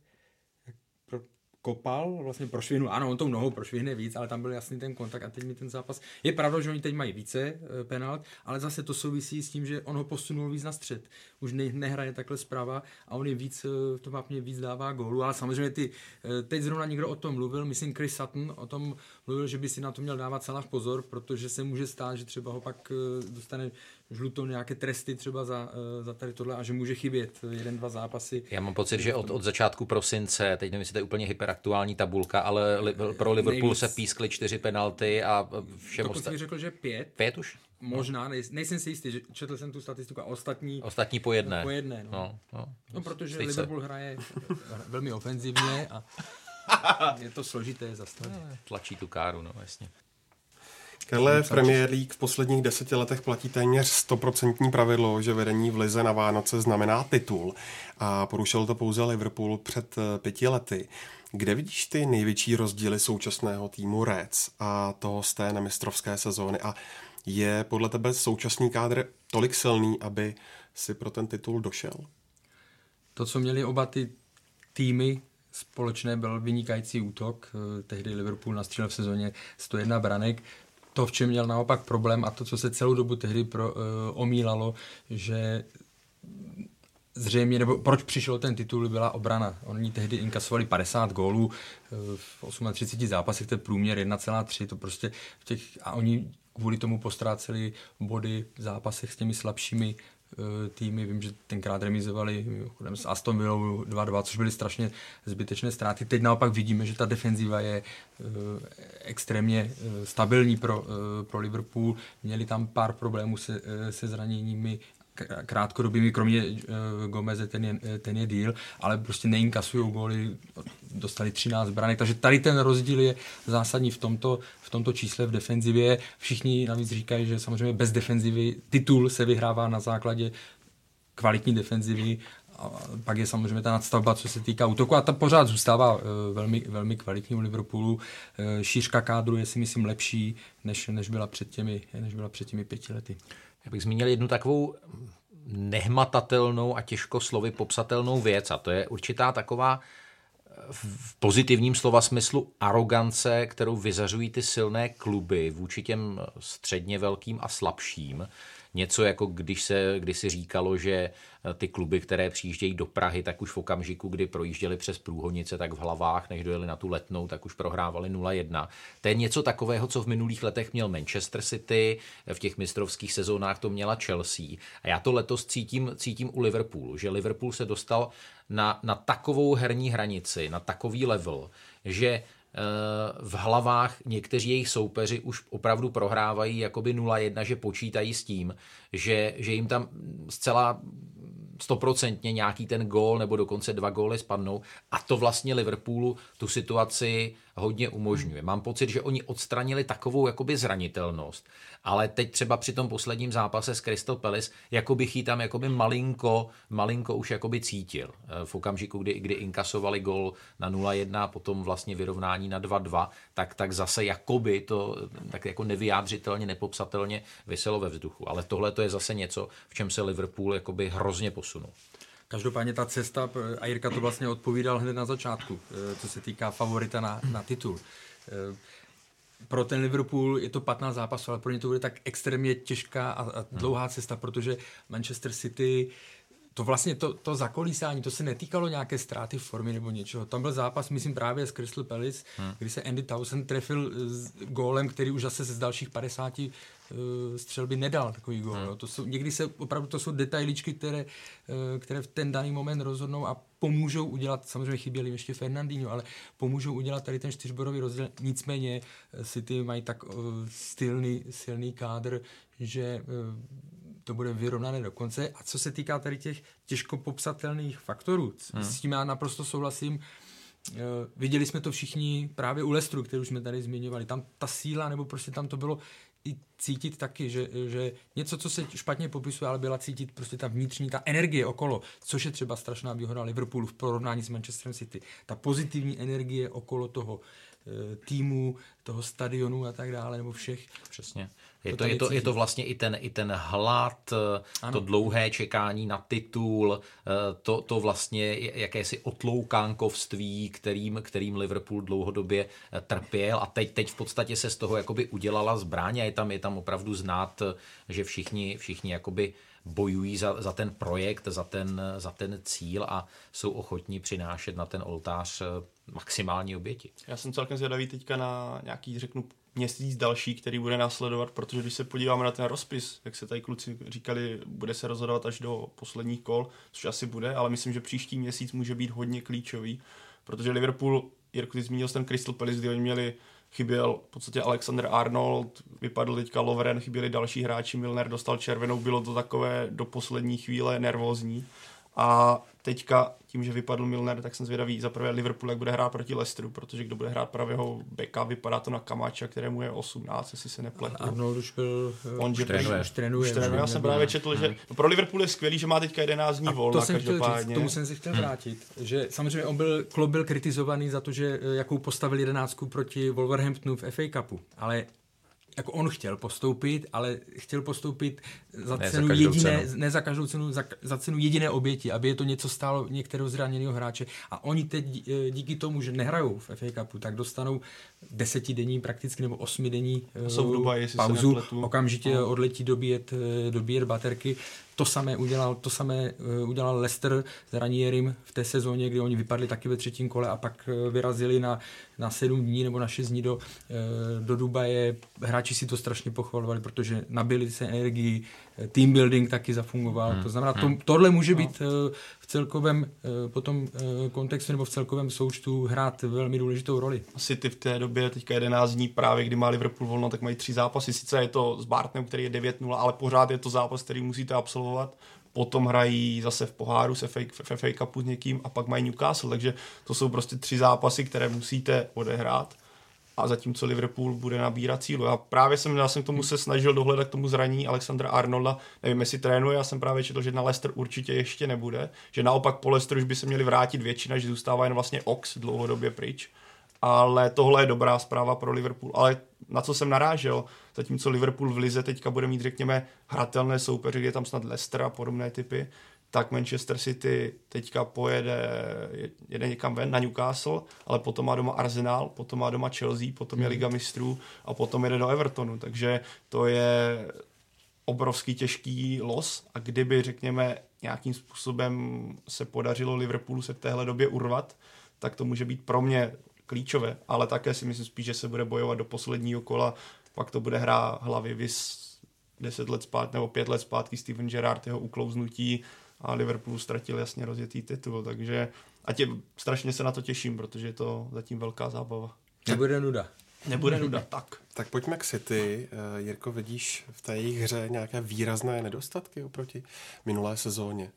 kopal, vlastně prošvihnul, ano, on tou nohou prošvihne víc, ale tam byl jasný ten kontakt a teď mi ten zápas, je pravda, že oni teď mají více penalt, ale zase to souvisí s tím, že on ho posunul víc na střed, už nehraje takhle zprava a on je víc, to vápně víc dává gólu, ale samozřejmě teď zrovna někdo o tom mluvil, myslím Chris Sutton o tom mluvil, že by si na to měl dávat celá pozor, protože se může stát, že třeba ho pak dostane žlutou nějaké tresty třeba za tady tohle a že může chybět 1-2 zápasy. Já mám pocit, že od začátku prosince, teď nevím, jestli to je úplně hyperaktuální tabulka, ale pro Liverpool se pískly 4 penalty a všem dokonce bych řekl, že 5. 5 už? Možná, nejsem si jistý, že četl jsem tu statistiku a ostatní po jedné. Po jedné, no, protože Liverpool hraje velmi ofenzivně a je to složité zastavit. Tlačí tu káru, no jasně. Karle, v Premier League v posledních 10 letech platí téměř 100% pravidlo, že vedení v lize na Vánoce znamená titul a porušil to pouze Liverpool před 5 lety. Kde vidíš ty největší rozdíly současného týmu Reds a toho z té nemistrovské sezóny a je podle tebe současný kádr tolik silný, aby si pro ten titul došel? To, co měli oba ty týmy společné, byl vynikající útok. Tehdy Liverpool nastřelil v sezóně 101 branek. To, v čem měl naopak problém a to, co se celou dobu tehdy omílalo, že zřejmě, nebo proč přišel ten titul, byla obrana. Oni tehdy inkasovali 50 gólů v 38 zápasech, to je průměr 1,3, to prostě a oni kvůli tomu postráceli body v zápasech s těmi slabšími týmy. Vím, že tenkrát remizovali s Aston Villou 2-2, což byly strašně zbytečné ztráty. Teď naopak vidíme, že ta defenziva je extrémně stabilní pro Liverpool. Měli tam pár problémů se zraněními krátkodobými, kromě Gomeze, ten je deal, ale prostě neinkasují góly, dostali 13 branek, takže tady ten rozdíl je zásadní v tomto čísle v defenzivě. Všichni navíc říkají, že samozřejmě bez defenzivy titul se vyhrává na základě kvalitní defenzivy a pak je samozřejmě ta nadstavba, co se týká útoku a ta pořád zůstává velmi, velmi kvalitní u Liverpoolu. Šířka kádru je si myslím lepší, než byla před těmi 5 lety. Já bych zmínil jednu takovou nehmatatelnou a těžko slovy popsatelnou věc a to je určitá taková v pozitivním slova smyslu arogance, kterou vyzařují ty silné kluby vůči těm středně velkým a slabším. Něco jako když si říkalo, že ty kluby, které přijíždějí do Prahy, tak už v okamžiku, kdy projížděli přes Průhonice, tak v hlavách, než dojeli na tu Letnou, tak už prohrávali 0-1. To je něco takového, co v minulých letech měl Manchester City, v těch mistrovských sezónách to měla Chelsea. A já to letos cítím u Liverpoolu, že Liverpool se dostal na takovou herní hranici, na takový level, že v hlavách někteří jejich soupeři už opravdu prohrávají jakoby 0-1, že počítají s tím, že jim tam zcela 100% nějaký ten gól nebo dokonce 2 góly spadnou a to vlastně Liverpoolu tu situaci hodně umožňuje. Mám pocit, že oni odstranili takovou jakoby zranitelnost, ale teď třeba při tom posledním zápase s Crystal Palace jako bych ji tam jakoby malinko už jakoby cítil. V okamžiku, kdy inkasovali gól na 0-1 a potom vlastně vyrovnání na 2-2, tak zase jakoby to tak jako nevyjádřitelně, nepopsatelně viselo ve vzduchu. Ale tohle to je zase něco, v čem se Liverpool jakoby hrozně posunul. Každopádně ta cesta, a Jirka to vlastně odpovídal hned na začátku, co se týká favorita na titul. Pro ten Liverpool je to 15 zápasů, ale pro ně to bude tak extrémně těžká a dlouhá cesta, protože Manchester City, to vlastně to zakolísání, to se netýkalo nějaké ztráty formy nebo něčeho. Tam byl zápas, myslím právě s Crystal Palace, kdy se Andy Townsend trefil s gólem, který už zase z dalších 50 střelby nedal takový gól. Někdy opravdu to jsou detailičky, které v ten daný moment rozhodnou a pomůžou udělat, samozřejmě chyběli ještě Fernandinho, ale pomůžou udělat tady ten 4bodový rozdíl. Nicméně City mají tak silný kádr, že to bude vyrovnané do konce. A co se týká tady těch těžko popsatelných faktorů, s tím já naprosto souhlasím. Viděli jsme to všichni právě u Leicesteru, který už jsme tady zmiňovali. Tam ta síla, nebo prostě tam to bylo i cítit taky, že něco, co se špatně popisuje, ale byla cítit prostě ta vnitřní, ta energie okolo, což je třeba strašná výhoda Liverpoolu v porovnání s Manchesterem City. Ta pozitivní energie okolo toho týmu, toho stadionu a tak dále, nebo všech. Přesně. Je to vlastně i ten hlad, ano. To dlouhé čekání na titul, to vlastně jakési otloukánkovství, kterým Liverpool dlouhodobě trpěl a teď v podstatě se z toho jakoby udělala zbraň a je tam opravdu znát, že všichni jakoby bojují za ten projekt, za ten cíl a jsou ochotní přinášet na ten oltář maximální oběti. Já jsem celkem zvědavý teďka na nějaký, řeknu, měsíc další, který bude následovat, protože když se podíváme na ten rozpis, jak se tady kluci říkali, bude se rozhodovat až do posledních kol, což asi bude, ale myslím, že příští měsíc může být hodně klíčový, protože Liverpool, Jirku, ty zmínil ten Crystal Palace, kdy oni měli, chyběl v podstatě Alexander Arnold, vypadl teďka Lovren, chyběli další hráči, Milner dostal červenou, bylo to takové do poslední chvíle nervózní. A teďka tím, že vypadl Milner, tak jsem zvědavý za prvé Liverpool, jak bude hrát proti Leicesteru, protože kdo bude hrát pravého beka, vypadá to na Kamača, kterému je 18, jestli se nepletu. Arnold už byl... Už trénuje. Já jsem právě četl, že pro Liverpool je skvělý, že má teďka 11 dní volna každopádně. K tomu jsem si chtěl vrátit, že samozřejmě Klopp byl kritizovaný za to, že jakou postavil 11 proti Wolverhamptonu v FA Cupu, ale jako on chtěl postoupit, ale chtěl postoupit za cenu jediné, ne za každou cenu, za cenu jediné oběti, aby je to něco stálo některého zraněného hráče. A oni teď díky tomu, že nehrajou v FA Cupu, tak dostanou 10denní prakticky nebo 8denní pauzu, okamžitě odletí dobíjet baterky. To samé udělal Leicester s Ranierem v té sezóně, kdy oni vypadli taky ve třetím kole a pak vyrazili na 7 dní nebo na 6 dní do Dubaje. Hráči si to strašně pochvalovali, protože nabili se energii, team building taky zafungoval. To znamená, tohle může být v celkovém potom kontextu nebo v celkovém součtu hrát velmi důležitou roli. City v té době teďka 11 dní právě, kdy má Liverpool volno, tak mají 3 zápasy. Sice je to s Bartonem, který je 9-0, ale pořád je to zápas, který musíte absolvovat. Potom hrají zase v poháru v FA Cupu s někým a pak mají Newcastle, takže to jsou prostě 3 zápasy, které musíte odehrát. A zatímco Liverpool bude nabírat sílu. Já jsem k tomu se snažil dohledat k tomu zranění Alexandra Arnolda. Nevím, jestli trénuje, já jsem právě četl, že na Leicester určitě ještě nebude. Že naopak po Leicesteru už by se měli vrátit většina, že zůstává jen vlastně Ox dlouhodobě pryč. Ale tohle je dobrá zpráva pro Liverpool. Ale na co jsem narážel, zatímco Liverpool v lize teďka bude mít, řekněme, hratelné soupeře, kde je tam snad Leicester a podobné typy, tak Manchester City teďka jede někam ven na Newcastle, ale potom má doma Arsenal, potom má doma Chelsea, potom je Liga mistrů a potom jede do Evertonu, takže to je obrovský těžký los a kdyby, řekněme, nějakým způsobem se podařilo Liverpoolu se v téhle době urvat, tak to může být pro mě klíčové, ale také si myslím spíš, že se bude bojovat do posledního kola, pak to bude hra hlavy 10 let zpátky nebo 5 let zpátky Steven Gerrard, jeho uklouznutí a Liverpool ztratil jasně rozjetý titul, takže strašně se na to těším, protože je to zatím velká zábava. Nebude nuda, tak. Tak pojďme k City. Jirko, vidíš v té jejich hře nějaké výrazné nedostatky oproti minulé sezóně?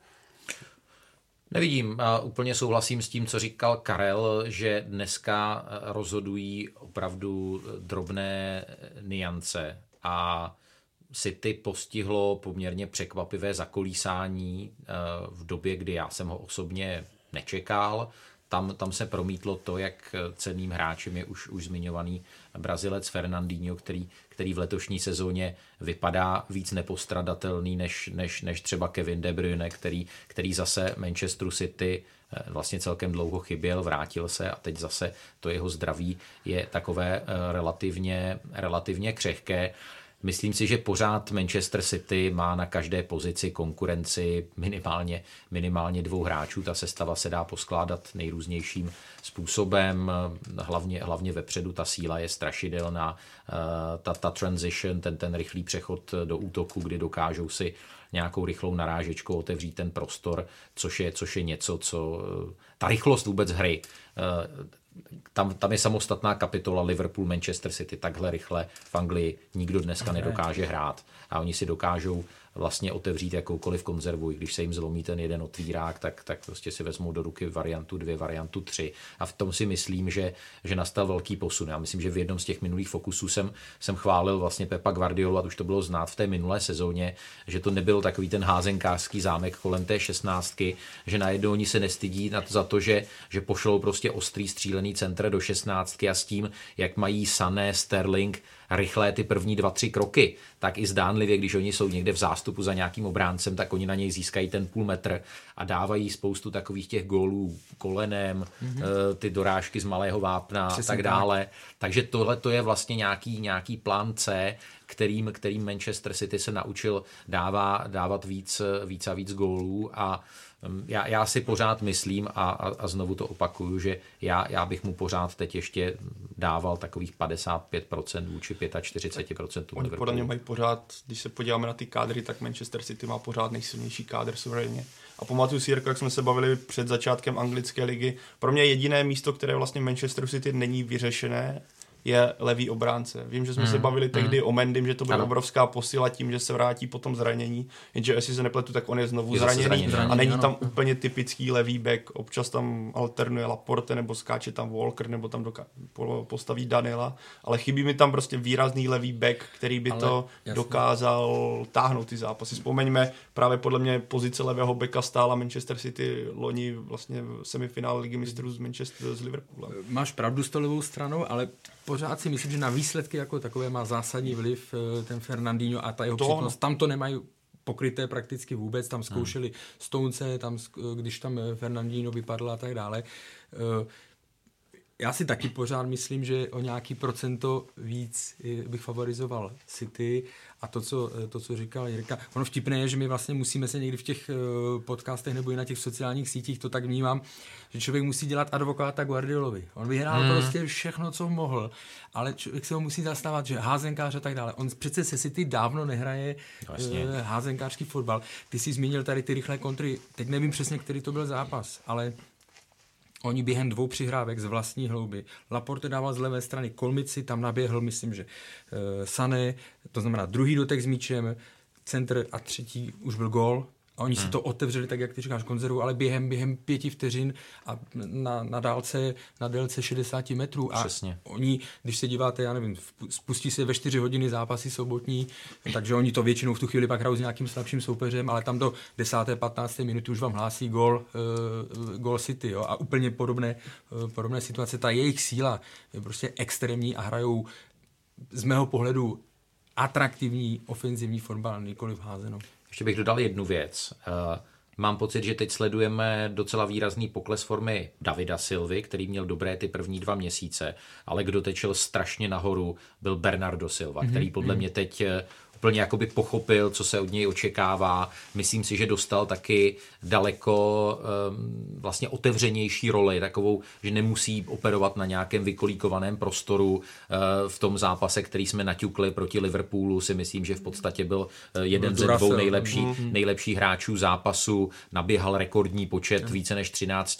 Nevidím. A úplně souhlasím s tím, co říkal Karel, že dneska rozhodují opravdu drobné niance a City postihlo poměrně překvapivé zakolísání v době, kdy já jsem ho osobně nečekal. Tam se promítlo to, jak cenným hráčem je už zmiňovaný Brazilec Fernandinho, který v letošní sezóně vypadá víc nepostradatelný než třeba Kevin De Bruyne, který zase Manchesteru City vlastně celkem dlouho chyběl, vrátil se a teď zase to jeho zdraví je takové relativně křehké. Myslím si, že pořád Manchester City má na každé pozici konkurenci minimálně 2 hráčů. Ta sestava se dá poskládat nejrůznějším způsobem. Hlavně vepředu ta síla je strašidelná. Ta transition, ten rychlý přechod do útoku, kdy dokážou si nějakou rychlou narážečkou otevřít ten prostor, což je něco, co... Ta rychlost vůbec hry... Tam je samostatná kapitola Liverpool, Manchester City, takhle rychle v Anglii nikdo dneska nedokáže hrát a oni si dokážou vlastně otevřít jakoukoliv konzervu. Když se jim zlomí ten jeden otvírák, tak prostě si vezmou do ruky variantu 2, variantu 3. A v tom si myslím, že nastal velký posun. Já myslím, že v jednom z těch minulých fokusů jsem chválil vlastně Pepa Guardiolu, a už to bylo znát v té minulé sezóně, že to nebyl takový ten házenkářský zámek kolem té 16, že najednou oni se nestydí za to, že pošlou prostě ostrý střílený centr do 16 a s tím, jak mají Sané, Sterling rychlé ty první 2-3 kroky, tak i zdánlivě, když oni jsou někde v zástupu za nějakým obráncem, tak oni na něj získají ten půl metr a dávají spoustu takových těch gólů kolenem, ty dorážky z malého vápna a tak dále. Takže tohle to je vlastně nějaký plán C, kterým Manchester City se naučil dávat víc a víc gólů, a já si pořád myslím a znovu to opakuju, že já bych mu pořád teď ještě dával takových 55% vůči 45%. Oni podle mě mají pořád, když se podíváme na ty kádry, tak Manchester City má pořád nejsilnější kádr suverénně. A pamatuju si, Jirko, jak jsme se bavili před začátkem anglické ligy, pro mě jediné místo, které vlastně Manchester City není vyřešené, je levý obránce. Vím, že jsme se bavili tehdy o Mendym, že to bude obrovská posila tím, že se vrátí po tom zranění, jenže jestli se nepletu, tak on je znovu zraněný a není tam úplně typický levý back. Občas tam alternuje Laporte, nebo skáče tam Walker, nebo tam postaví Daniela, ale chybí mi tam prostě výrazný levý back, který by to dokázal táhnout ty zápasy. Vzpomeňme, právě podle mě pozice levého backa stála Manchester City loni vlastně v semifinále Ligy mistrů z Liverpoolem. Máš pravdu s tou levou stranou, ale pořád si myslím, že na výsledky jako takové má zásadní vliv ten Fernandinho a ta jeho přítomnost. Tam to nemají pokryté prakticky vůbec, tam zkoušeli Stonese, když tam Fernandinho vypadl a tak dále. Já si taky pořád myslím, že o nějaký procento víc bych favorizoval City a to, co říkal Jirka. Ono vtipné je, že my vlastně musíme se někdy v těch podcastech nebo i na těch sociálních sítích, to tak vnímám, že člověk musí dělat advokáta Guardiolovi. On vyhrál prostě všechno, co mohl, ale člověk se ho musí zastávat, že házenkář a tak dále. On přece se City dávno nehraje házenkářský fotbal. Ty jsi zmínil tady ty rychlé kontry, teď nevím přesně, který to byl zápas, ale oni během 2 přihrávek z vlastní hlouby. Laporte dával z levé strany Kolmici, tam naběhl, myslím, že Sané, to znamená druhý dotek s míčem, centr a třetí už byl gól. A oni si to otevřeli, tak jak ty říkáš, konzervu, ale během 5 vteřin a na délce 60 metrů. A přesně. Oni, když se díváte, já nevím, spustí se ve 4 hodiny zápasy sobotní, takže oni to většinou v tu chvíli pak hrajou s nějakým slabším soupeřem, ale tam do 10. 15. minuty už vám hlásí gól City. Jo? A úplně podobné situace. Ta jejich síla je prostě extrémní a hrajou z mého pohledu atraktivní ofenzivní fotbal, nikoliv házenou. Ještě bych dodal jednu věc. Mám pocit, že teď sledujeme docela výrazný pokles formy Davida Silvy, který měl dobré ty první 2 měsíce, ale kdo tečil strašně nahoru, byl Bernardo Silva, který podle mě teď úplně jakoby pochopil, co se od něj očekává. Myslím si, že dostal taky daleko vlastně otevřenější roli, takovou, že nemusí operovat na nějakém vykolíkovaném prostoru. V tom zápase, který jsme naťukli proti Liverpoolu, si myslím, že v podstatě byl jeden ze 2 nejlepších hráčů zápasu, naběhal rekordní počet více než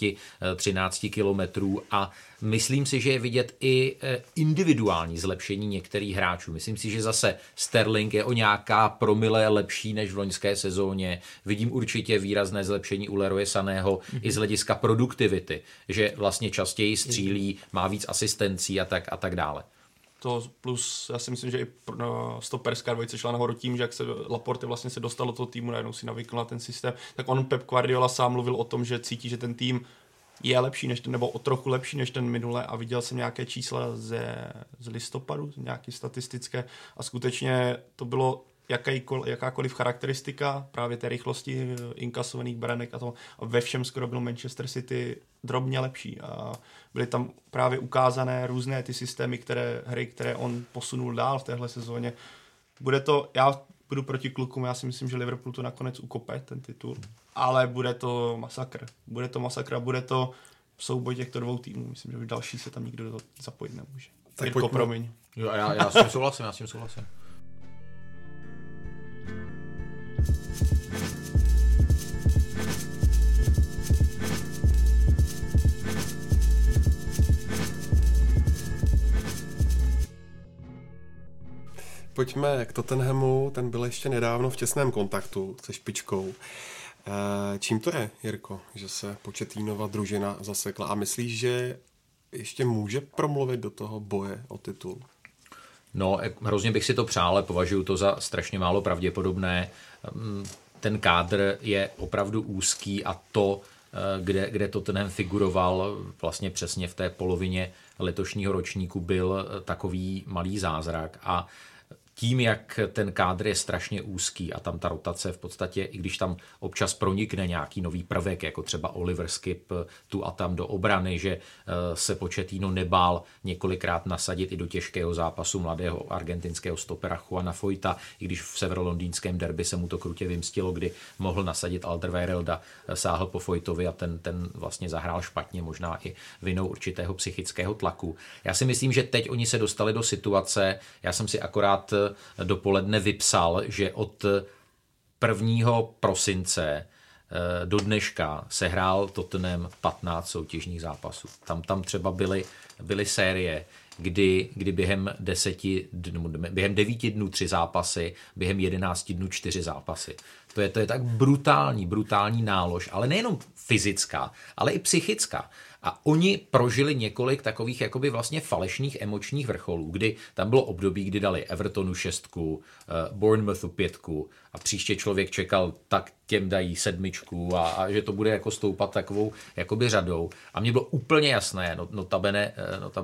13 kilometrů a myslím si, že je vidět i individuální zlepšení některých hráčů. Myslím si, že zase Sterling je o nějaká promile lepší než v loňské sezóně. Vidím určitě výrazné zlepšení u Leroye Saného i z hlediska produktivity, že vlastně častěji střílí, má víc asistencí a tak dále. To plus, já si myslím, že i stoperská dvojice šla nahoru tím, že jak se Laporte vlastně se dostal do toho týmu, najednou si navykl na ten systém, tak on Pep Guardiola sám mluvil o tom, že cítí, že ten tým je lepší než ten, nebo o trochu lepší než ten minule a viděl jsem nějaké čísla z listopadu, nějaké statistické a skutečně to bylo jakákoliv charakteristika právě té rychlosti inkasovaných branek a to a ve všem skoro byl Manchester City drobně lepší a byly tam právě ukázané různé ty systémy, které on posunul dál v téhle sezóně. Já budu proti klukům, já si myslím, že Liverpool to nakonec ukope, ten titul, ale bude to masakr a bude to souboj těchto 2 týmů. Myslím, že už další se tam nikdo zapojit nemůže. Tak Jirko, promiň. Jo, já s tím souhlasím. pojďme k Tottenhamu, ten byl ještě nedávno v těsném kontaktu se špičkou. Čím to je, Jirko, že se Pochettínova družina zasekla a myslíš, že ještě může promluvit do toho boje o titul? No, hrozně bych si to přál, ale považuji to za strašně málo pravděpodobné. Ten kádr je opravdu úzký a to, kde Tottenham figuroval vlastně přesně v té polovině letošního ročníku, byl takový malý zázrak. A tím, jak ten kádr je strašně úzký a tam ta rotace v podstatě, i když tam občas pronikne nějaký nový prvek, jako třeba Oliver Skip tu a tam do obrany, že se Pochettino nebál několikrát nasadit i do těžkého zápasu mladého argentinského stopera Juana Foyta, i když v severolondýnském derby se mu to krutě vymstilo, kdy mohl nasadit Alderweirelda, sáhl po Foytovi a ten vlastně zahrál špatně, možná i vinou určitého psychického tlaku. Já si myslím, že teď oni se dostali do situace, já jsem si akorát dopoledne vypsal, že od 1. prosince do dneška sehrál Tottenham 15 soutěžních zápasů. Tam třeba byly série, kdy během 9 dnů 3 zápasy, během 11 dnů 4 zápasy. To je tak brutální nálož, ale nejenom fyzická, ale i psychická. A oni prožili několik takových jakoby vlastně falešných emočních vrcholů, kdy tam bylo období, kdy dali Evertonu 6, Bournemouthu 5 a příště člověk čekal, tak těm dají 7 a že to bude jako stoupat takovou jakoby řadou. A mně bylo úplně jasné, notabene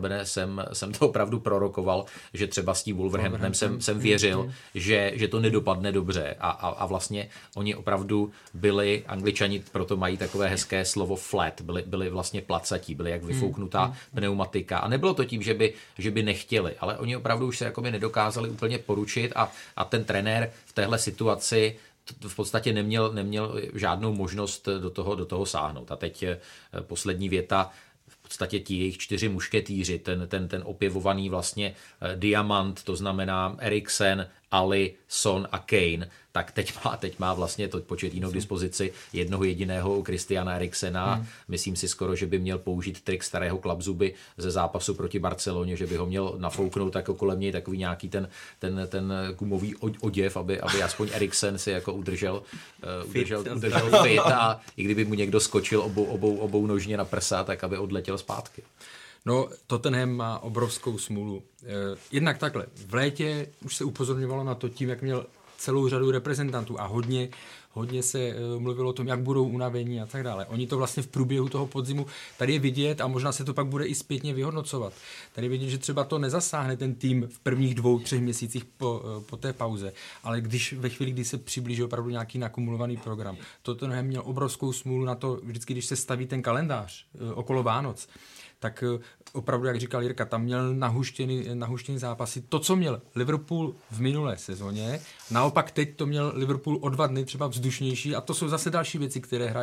jsem to opravdu prorokoval, že třeba s tím Wolverhamptonem jsem věřil, že to nedopadne dobře a vlastně oni opravdu byli, Angličani proto mají takové hezké slovo flat, byli vlastně placatí, byli jak vyfouknutá pneumatika a nebylo to tím, že by nechtěli, ale oni opravdu už se jakoby nedokázali úplně poručit a ten trenér v téhle situaci v podstatě neměl žádnou možnost do toho sáhnout. A teď poslední věta, v podstatě ti jejich 4 mušketýři, ten opěvovaný vlastně diamant, to znamená Eriksen, Ali, Son a Kane, tak teď má vlastně to Pochettino k dispozici jednoho jediného Christiana Eriksena. Myslím si skoro, že by měl použít trik starého klapzuby ze zápasu proti Barceloně, že by ho měl nafouknout jako kolem něj takový nějaký ten gumový oděv, aby aspoň Eriksen si jako udržel fit a i kdyby mu někdo skočil obou nožně na prsa, tak aby odletěl zpátky. No, Tottenham má obrovskou smůlu. Jednak takhle, v létě už se upozorňovalo na to tím, jak měl celou řadu reprezentantů a hodně se mluvilo o tom, jak budou unavení a tak dále. Oni to vlastně v průběhu toho podzimu tady je vidět a možná se to pak bude i zpětně vyhodnocovat. Tady je vidět, že třeba to nezasáhne ten tým v prvních 2-3 měsících po té pauze, ale ve chvíli, kdy se přiblíží opravdu nějaký nakumulovaný program. Tottenham měl obrovskou smůlu na to, vždycky, když se staví ten kalendář okolo Vánoc, tak opravdu, jak říkal Jirka, tam měl nahuštěný zápasy. To, co měl Liverpool v minulé sezóně, naopak teď to měl Liverpool o 2 dny třeba vzdušnější a to jsou zase další věci,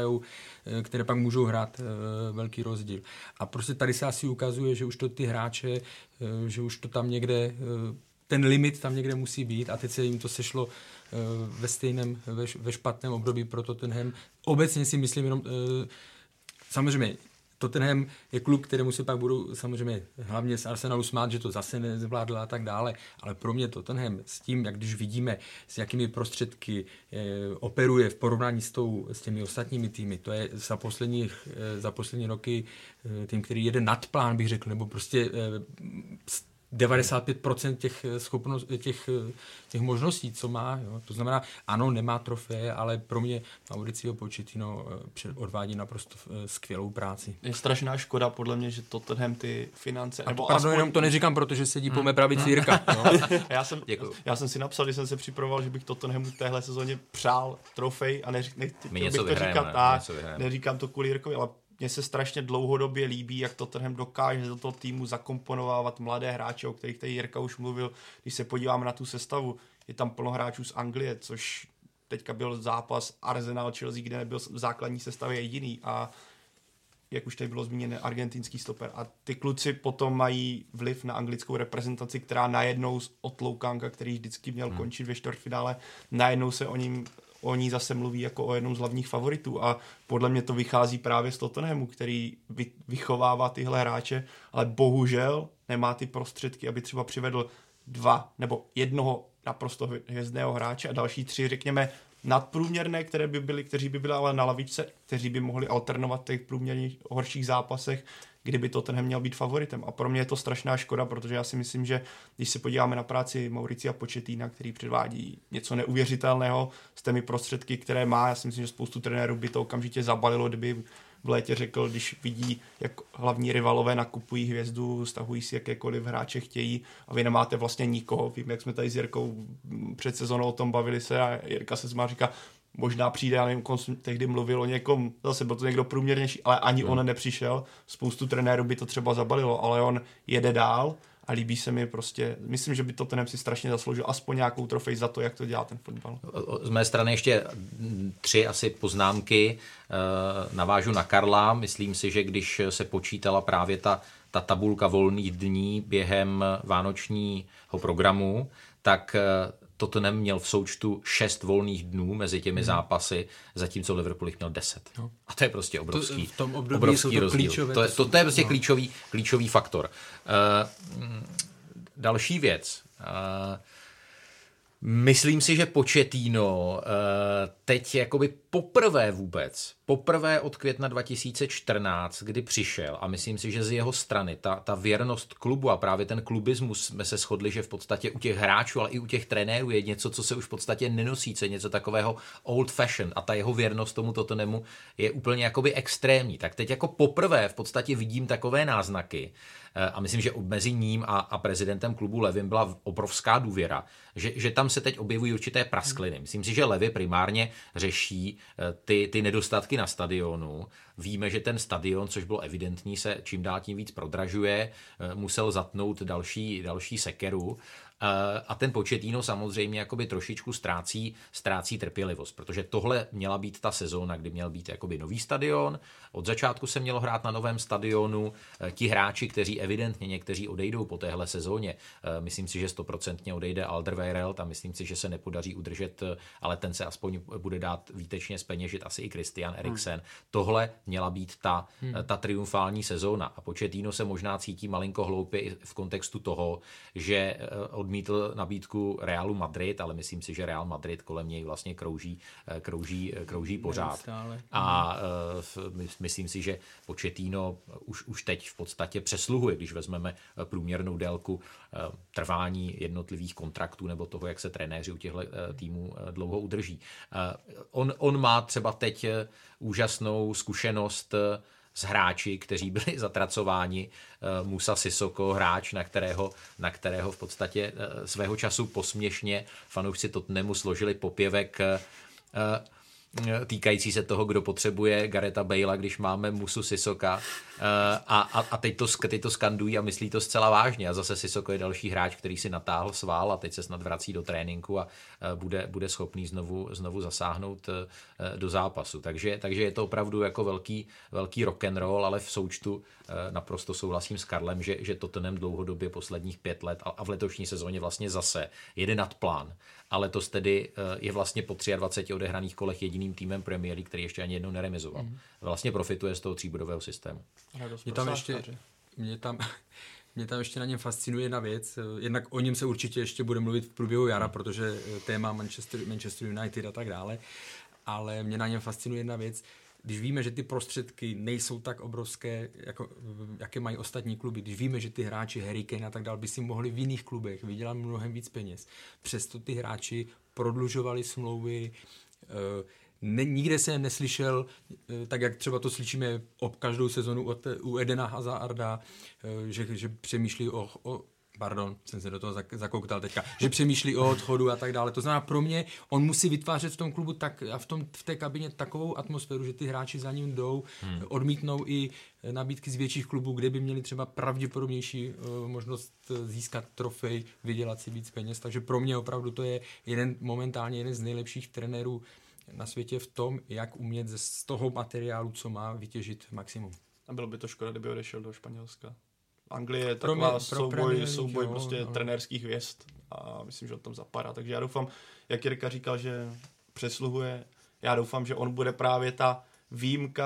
které pak můžou hrát velký rozdíl. A prostě tady se asi ukazuje, že už to ty hráče, že už to tam někde, ten limit tam někde musí být a teď se jim to sešlo ve špatném období pro Tottenham. Obecně si myslím jenom, samozřejmě, Tottenham je klub, kterému se pak budou samozřejmě hlavně z Arsenalu smát, že to zase nezvládl a tak dále, ale pro mě Tottenham s tím, jak když vidíme, s jakými prostředky operuje v porovnání s těmi ostatními týmy, to je za poslední roky tým, který jede nad plán, bych řekl, nebo prostě 95% těch možností, co má. Jo. To znamená, ano, nemá trofeje, ale pro mě Mauricio Pochettino odvádí naprosto skvělou práci. Je strašná škoda podle mě, že Tottenham ty finance... Jenom to neříkám, protože sedí po mé pravici Jirka. Já jsem si napsal, když jsem se připravoval, že bych Tottenhamu v téhle sezóně přál trofej a neříkám to kvůli Jirkovi, ale mně se strašně dlouhodobě líbí, jak Tottenham dokáže do toho týmu zakomponovávat mladé hráče, o kterých tady Jirka už mluvil. Když se podíváme na tu sestavu, je tam plno hráčů z Anglie, což teďka byl zápas Arsenal-Chelsea, kde nebyl v základní sestavě jediný a jak už tady bylo zmíněno, argentinský stoper. A ty kluci potom mají vliv na anglickou reprezentaci, která najednou od Loukánka, který vždycky měl končit ve čtvrtfinále, najednou se o ní zase mluví jako o jednom z hlavních favoritů a podle mě to vychází právě z Tottenhamu, který vychovává tyhle hráče, ale bohužel nemá ty prostředky, aby třeba přivedl 2 nebo jednoho naprosto hvězdného hráče a další 3, řekněme, nadprůměrné, kteří by byli ale na lavičce, kteří by mohli alternovat v těch průměrných horších zápasech, kdyby Tottenham měl být favoritem. A pro mě je to strašná škoda, protože já si myslím, že když se podíváme na práci Mauricia Pochettina, který předvádí něco neuvěřitelného s těmi prostředky, které má, já si myslím, že spoustu trenérů by to okamžitě zabalilo, kdyby v létě řekl, když vidí, jak hlavní rivalové nakupují hvězdu, stahují si jakékoliv hráče chtějí a vy nemáte vlastně nikoho. Vím, jak jsme tady s Jirkou před sezónou o tom bavili se a Jirka se má říká, možná přijde, já nevím, tehdy mluvil o někom, zase byl to někdo průměrnější, ale ani on nepřišel. Spoustu trenérů by to třeba zabalilo, ale on jede dál a líbí se mi prostě, myslím, že by to ten si strašně zasloužil aspoň nějakou trofej za to, jak to dělá ten fotbal. Z mé strany ještě 3 asi poznámky. Navážu na Karla. Myslím si, že když se počítala právě ta tabulka volných dní během vánočního programu, tak Tottenham měl v součtu 6 volných dnů mezi těmi zápasy, zatímco Liverpool jich měl 10. No. A to je prostě obrovský, v tom období obrovský jsou to rozdíl. Klíčové, to je prostě klíčový faktor. Další věc. Myslím si, že Pochettino teď jakoby poprvé od května 2014, kdy přišel, a myslím si, že z jeho strany ta věrnost klubu a právě ten klubismus jsme se shodli, že v podstatě u těch hráčů, ale i u těch trenérů je něco, co se už v podstatě nenosí, něco takového old fashion a ta jeho věrnost tomu Tottenhamu je úplně jakoby extrémní. Tak teď jako poprvé v podstatě vidím takové náznaky a myslím, že mezi ním a prezidentem klubu Levim byla obrovská důvěra, že tam se teď objevují určité praskliny. Myslím si, že Levy primárně řeší ty nedostatky na stadionu. Víme, že ten stadion, což bylo evidentní, se čím dál tím víc prodražuje, musel zatnout další sekeru. A ten Pochettino samozřejmě jakoby trošičku ztrácí trpělivost, protože tohle měla být ta sezóna, kdy měl být jakoby nový stadion. Od začátku se mělo hrát na novém stadionu. Ti hráči, kteří evidentně někteří odejdou po téhle sezóně, myslím si, že 100% odejde Alderweireld a myslím si, že se nepodaří udržet, ale ten se aspoň bude dát výtečně zpeněžit, asi i Christian Eriksen. Tohle měla být ta triumfální sezóna a Pochettino se možná cítí malinko hloupě i v kontextu toho, že odmítl nabídku Realu Madrid, ale myslím si, že Real Madrid kolem něj vlastně krouží pořád. A myslím si, že Pochettino už teď v podstatě přesluhuje, když vezmeme průměrnou délku trvání jednotlivých kontraktů nebo toho, jak se trenéři u těchto týmů dlouho udrží. On má třeba teď úžasnou zkušenost s hráči, kteří byli zatracováni. Moussa Sissoko, hráč, na kterého v podstatě svého času posměšně fanoušci Tottenhamu složili popěvek týkající se toho, kdo potřebuje Gareta Balea, když máme Moussu Sissoka a teď to skandují a myslí to zcela vážně a zase Sissoko je další hráč, který si natáhl sval a teď se snad vrací do tréninku a bude schopný znovu zasáhnout do zápasu. Takže je to opravdu jako velký rock'n'roll, ale v součtu naprosto souhlasím s Karlem, že Tottenham dlouhodobě posledních 5 let a v letošní sezóně vlastně zase jede nad plán. A letos tedy je vlastně po 23 odehraných kolech jediným týmem Premier League, který ještě ani jednou neremizoval. Vlastně profituje z toho 3bodového systému. Mě tam ještě na něm fascinuje jedna věc. Jednak o něm se určitě ještě bude mluvit v průběhu jara, protože téma Manchester United a tak dále. Ale mě na něm fascinuje jedna věc. Když víme, že ty prostředky nejsou tak obrovské, jaké mají ostatní kluby, když víme, že ty hráči Harry Kane a tak dále by si mohli v jiných klubech vydělat mnohem víc peněz, přesto ty hráči prodlužovali smlouvy, nikde jsem neslyšel, tak jak třeba to slyšíme každou sezonu u Edena Hazarda, že přemýšlí pardon, jsem se do toho zakouktal teďka, že přemýšlí o odchodu a tak dále. To znamená pro mě, on musí vytvářet v tom klubu v té kabině takovou atmosféru, že ty hráči za ním jdou, odmítnou i nabídky z větších klubů, kde by měli třeba pravděpodobnější možnost získat trofej, vydělat si víc peněz. Takže pro mě opravdu to je momentálně jeden z nejlepších trenérů na světě v tom, jak umět z toho materiálu, co má, vytěžit maximum. A bylo by to škoda, kdyby odešel do Španělska. Anglie je taková souboj prostě trenérských hvězd a myslím, že on tam zapadá. Takže já doufám, jak Jirka říkal, že přesluhuje, já doufám, že on bude právě ta výjimka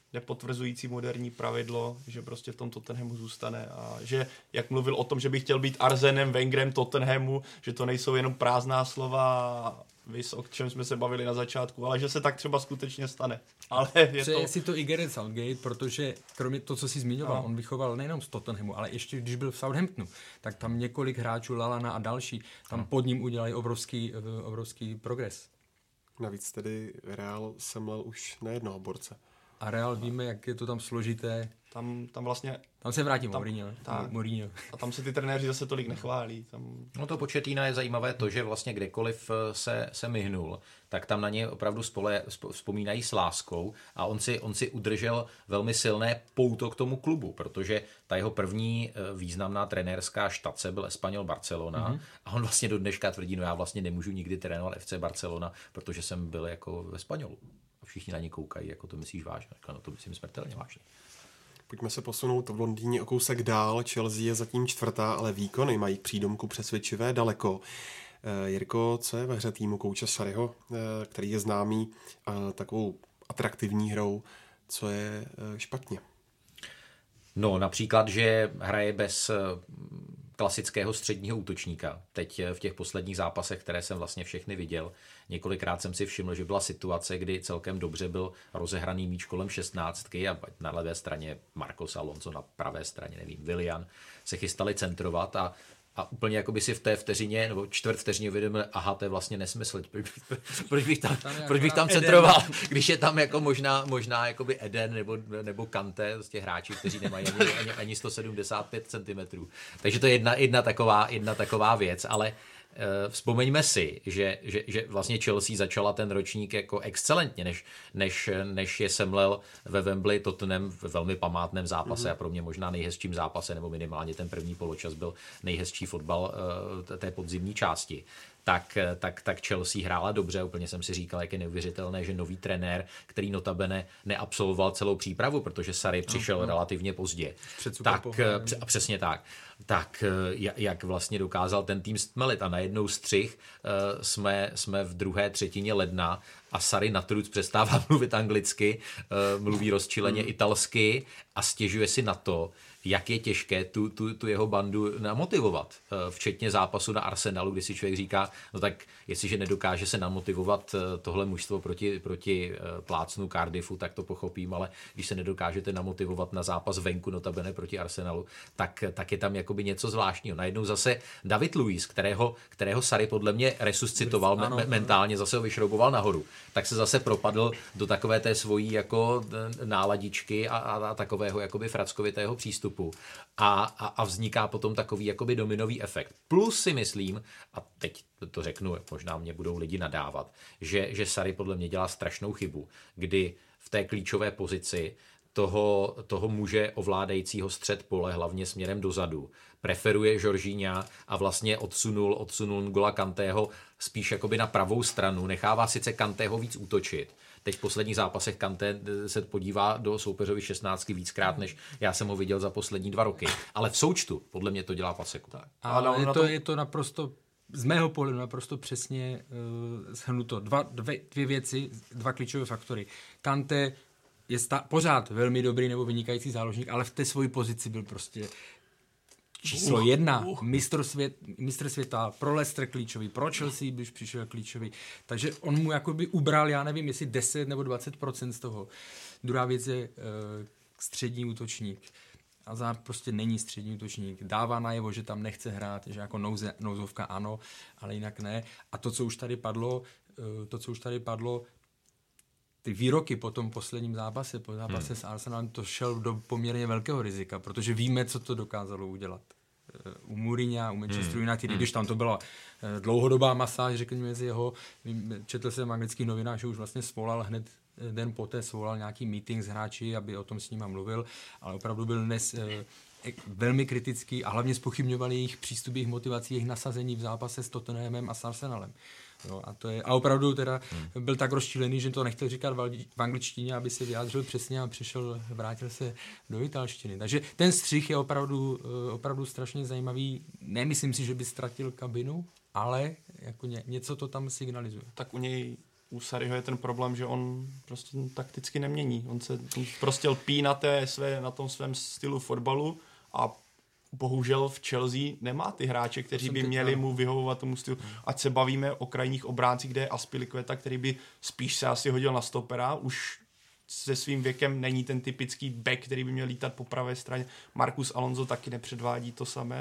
nepotvrzující moderní pravidlo, že prostě v tom Tottenhamu zůstane a že, jak mluvil o tom, že by chtěl být Arsenem Wengerem Tottenhamu, že to nejsou jenom prázdná slova, o čem jsme se bavili na začátku, ale že se tak třeba skutečně stane. Ale Přeje si to i Gareth Southgate, protože kromě toho, co jsi zmiňoval, on vychoval nejenom z Tottenhamu, ale ještě když byl v Southamptonu, tak tam několik hráčů, Lallana a další, tam pod ním udělali obrovský progres. Navíc tedy Real semlel už na jednoho borce. A Real víme, jak je to tam složité. Tam vlastně... Tam se vrátí Mourinho. A tam se ty trenéři zase tolik nechválí. No to Pochettino je zajímavé to, že vlastně kdekoliv se myhnul, tak tam na ně opravdu vzpomínají s láskou a on si udržel velmi silné pouto k tomu klubu, protože ta jeho první významná trenérská štace byl Espanyol Barcelona a on vlastně do dneška tvrdí, no já vlastně nemůžu nikdy trénovat FC Barcelona, protože jsem byl jako ve Španělu. A všichni na ně koukají, jako to myslíš vážně. No to myslím smrtelně vážně. Pojďme se posunout v Londýně o kousek dál. Chelsea je zatím 4., ale výkony mají k přídomku přesvědčivé daleko. Jirko, co je ve hře týmu kouče Sarriho, který je známý takovou atraktivní hrou, co je špatně? No například, že hraje bez klasického středního útočníka. Teď v těch posledních zápasech, které jsem vlastně všechny viděl, několikrát jsem si všiml, že byla situace, kdy celkem dobře byl rozehraný míč kolem 16 a na levé straně Marcos Alonso, na pravé straně, nevím, Willian, se chystali centrovat a úplně jako by si v té vteřině nebo čtvrt vteřině uvědomil, aha, to je vlastně nesmysl. Proč bych tam centroval, když je tam jako možná jakoby Eden nebo Kante z těch hráčů, kteří nemají ani 175 cm. Takže to je jedna taková věc, ale vzpomeňme si, že vlastně Chelsea začala ten ročník jako excelentně, než je semlel ve Wembley Tottenham v velmi památném zápase a pro mě možná nejhezčím zápase, nebo minimálně ten první poločas byl nejhezčí fotbal té podzimní části. Tak Chelsea hrála dobře, úplně jsem si říkal, jak je neuvěřitelné, že nový trenér, který notabene neabsolvoval celou přípravu, protože Sarri přišel relativně pozdě. Přesně tak, jak vlastně dokázal ten tým stmelit a najednou střih jsme v druhé třetině ledna a Sarri natruc přestává mluvit anglicky, mluví rozčileně italsky a stěžuje si na to, jak je těžké tu jeho bandu namotivovat. Včetně zápasu na Arsenalu, kdy si člověk říká, no tak jestliže nedokáže se namotivovat tohle mužstvo proti plácnu Cardiffu, tak to pochopím, ale když se nedokážete namotivovat na zápas venku, notabene proti Arsenalu, tak je tam jakoby něco zvláštního. Najednou zase David Luiz, kterého Sarri podle mě resuscitoval mentálně, zase ho vyšrouboval nahoru, tak se zase propadl do takové té svojí jako náladičky a takového jakoby frackovitého přístupu. A vzniká potom takový jakoby dominový efekt. Plus si myslím, a teď to řeknu, možná mě budou lidi nadávat, že Sarri podle mě dělá strašnou chybu, kdy v té klíčové pozici toho muže ovládajícího střed pole, hlavně směrem dozadu, preferuje Jorginha a vlastně odsunul N'Gola Kantého spíš jakoby na pravou stranu, nechává sice Kantého víc útočit. Teď v posledních zápasech Kanté se podívá do soupeřovi 16 víckrát, než já jsem ho viděl za poslední 2 roky. Ale v součtu podle mě to dělá paseku. Ale je to naprosto z mého pohledu naprosto přesně shrnuto. Dvě věci, 2 klíčové faktory. Kanté je pořád velmi dobrý nebo vynikající záložník, ale v té svojí pozici byl prostě číslo 1, mistr světa, pro Leicester klíčový, pro Chelsea když přišel klíčový. Takže on mu jakoby ubral, já nevím, jestli 10 nebo 20% z toho. Druhá věc je střední útočník. Hazard prostě není střední útočník. Dává najevo, že tam nechce hrát, že jako nouzovka ano, ale jinak ne. A to, co už tady padlo, ty výroky po tom posledním zápase, po zápase s Arsenalem, to šel do poměrně velkého rizika, protože víme, co to dokázalo udělat. U Mourinha, u Manchester United, když tam to byla dlouhodobá masáž, řekněme mezi jeho, četl jsem v anglických novinách, že už vlastně svolal hned den poté nějaký meeting s hráči, aby o tom s nima mluvil, ale opravdu byl dnes velmi kritický a hlavně zpochybňovali jejich přístup, jejich motivací, jejich nasazení v zápase s Tottenhamem a s Arsenalem. No, a opravdu teda byl tak rozčilený, že to nechtěl říkat v angličtině, aby se vyjádřil přesně a vrátil se do italštiny. Takže ten střih je opravdu strašně zajímavý. Nemyslím si, že by ztratil kabinu, ale jako něco to tam signalizuje. Tak u něj u Sarriho je ten problém, že on prostě takticky nemění. On se prostě lpí na tom svém stylu fotbalu a bohužel v Chelsea nemá ty hráče, kteří by měli mu vyhovovat tomu stylu. Ať se bavíme o krajních obráncích, kde je Azpilicueta, který by spíš se asi hodil na stopera, už se svým věkem není ten typický back, který by měl lítat po pravé straně. Marcus Alonso taky nepředvádí to samé.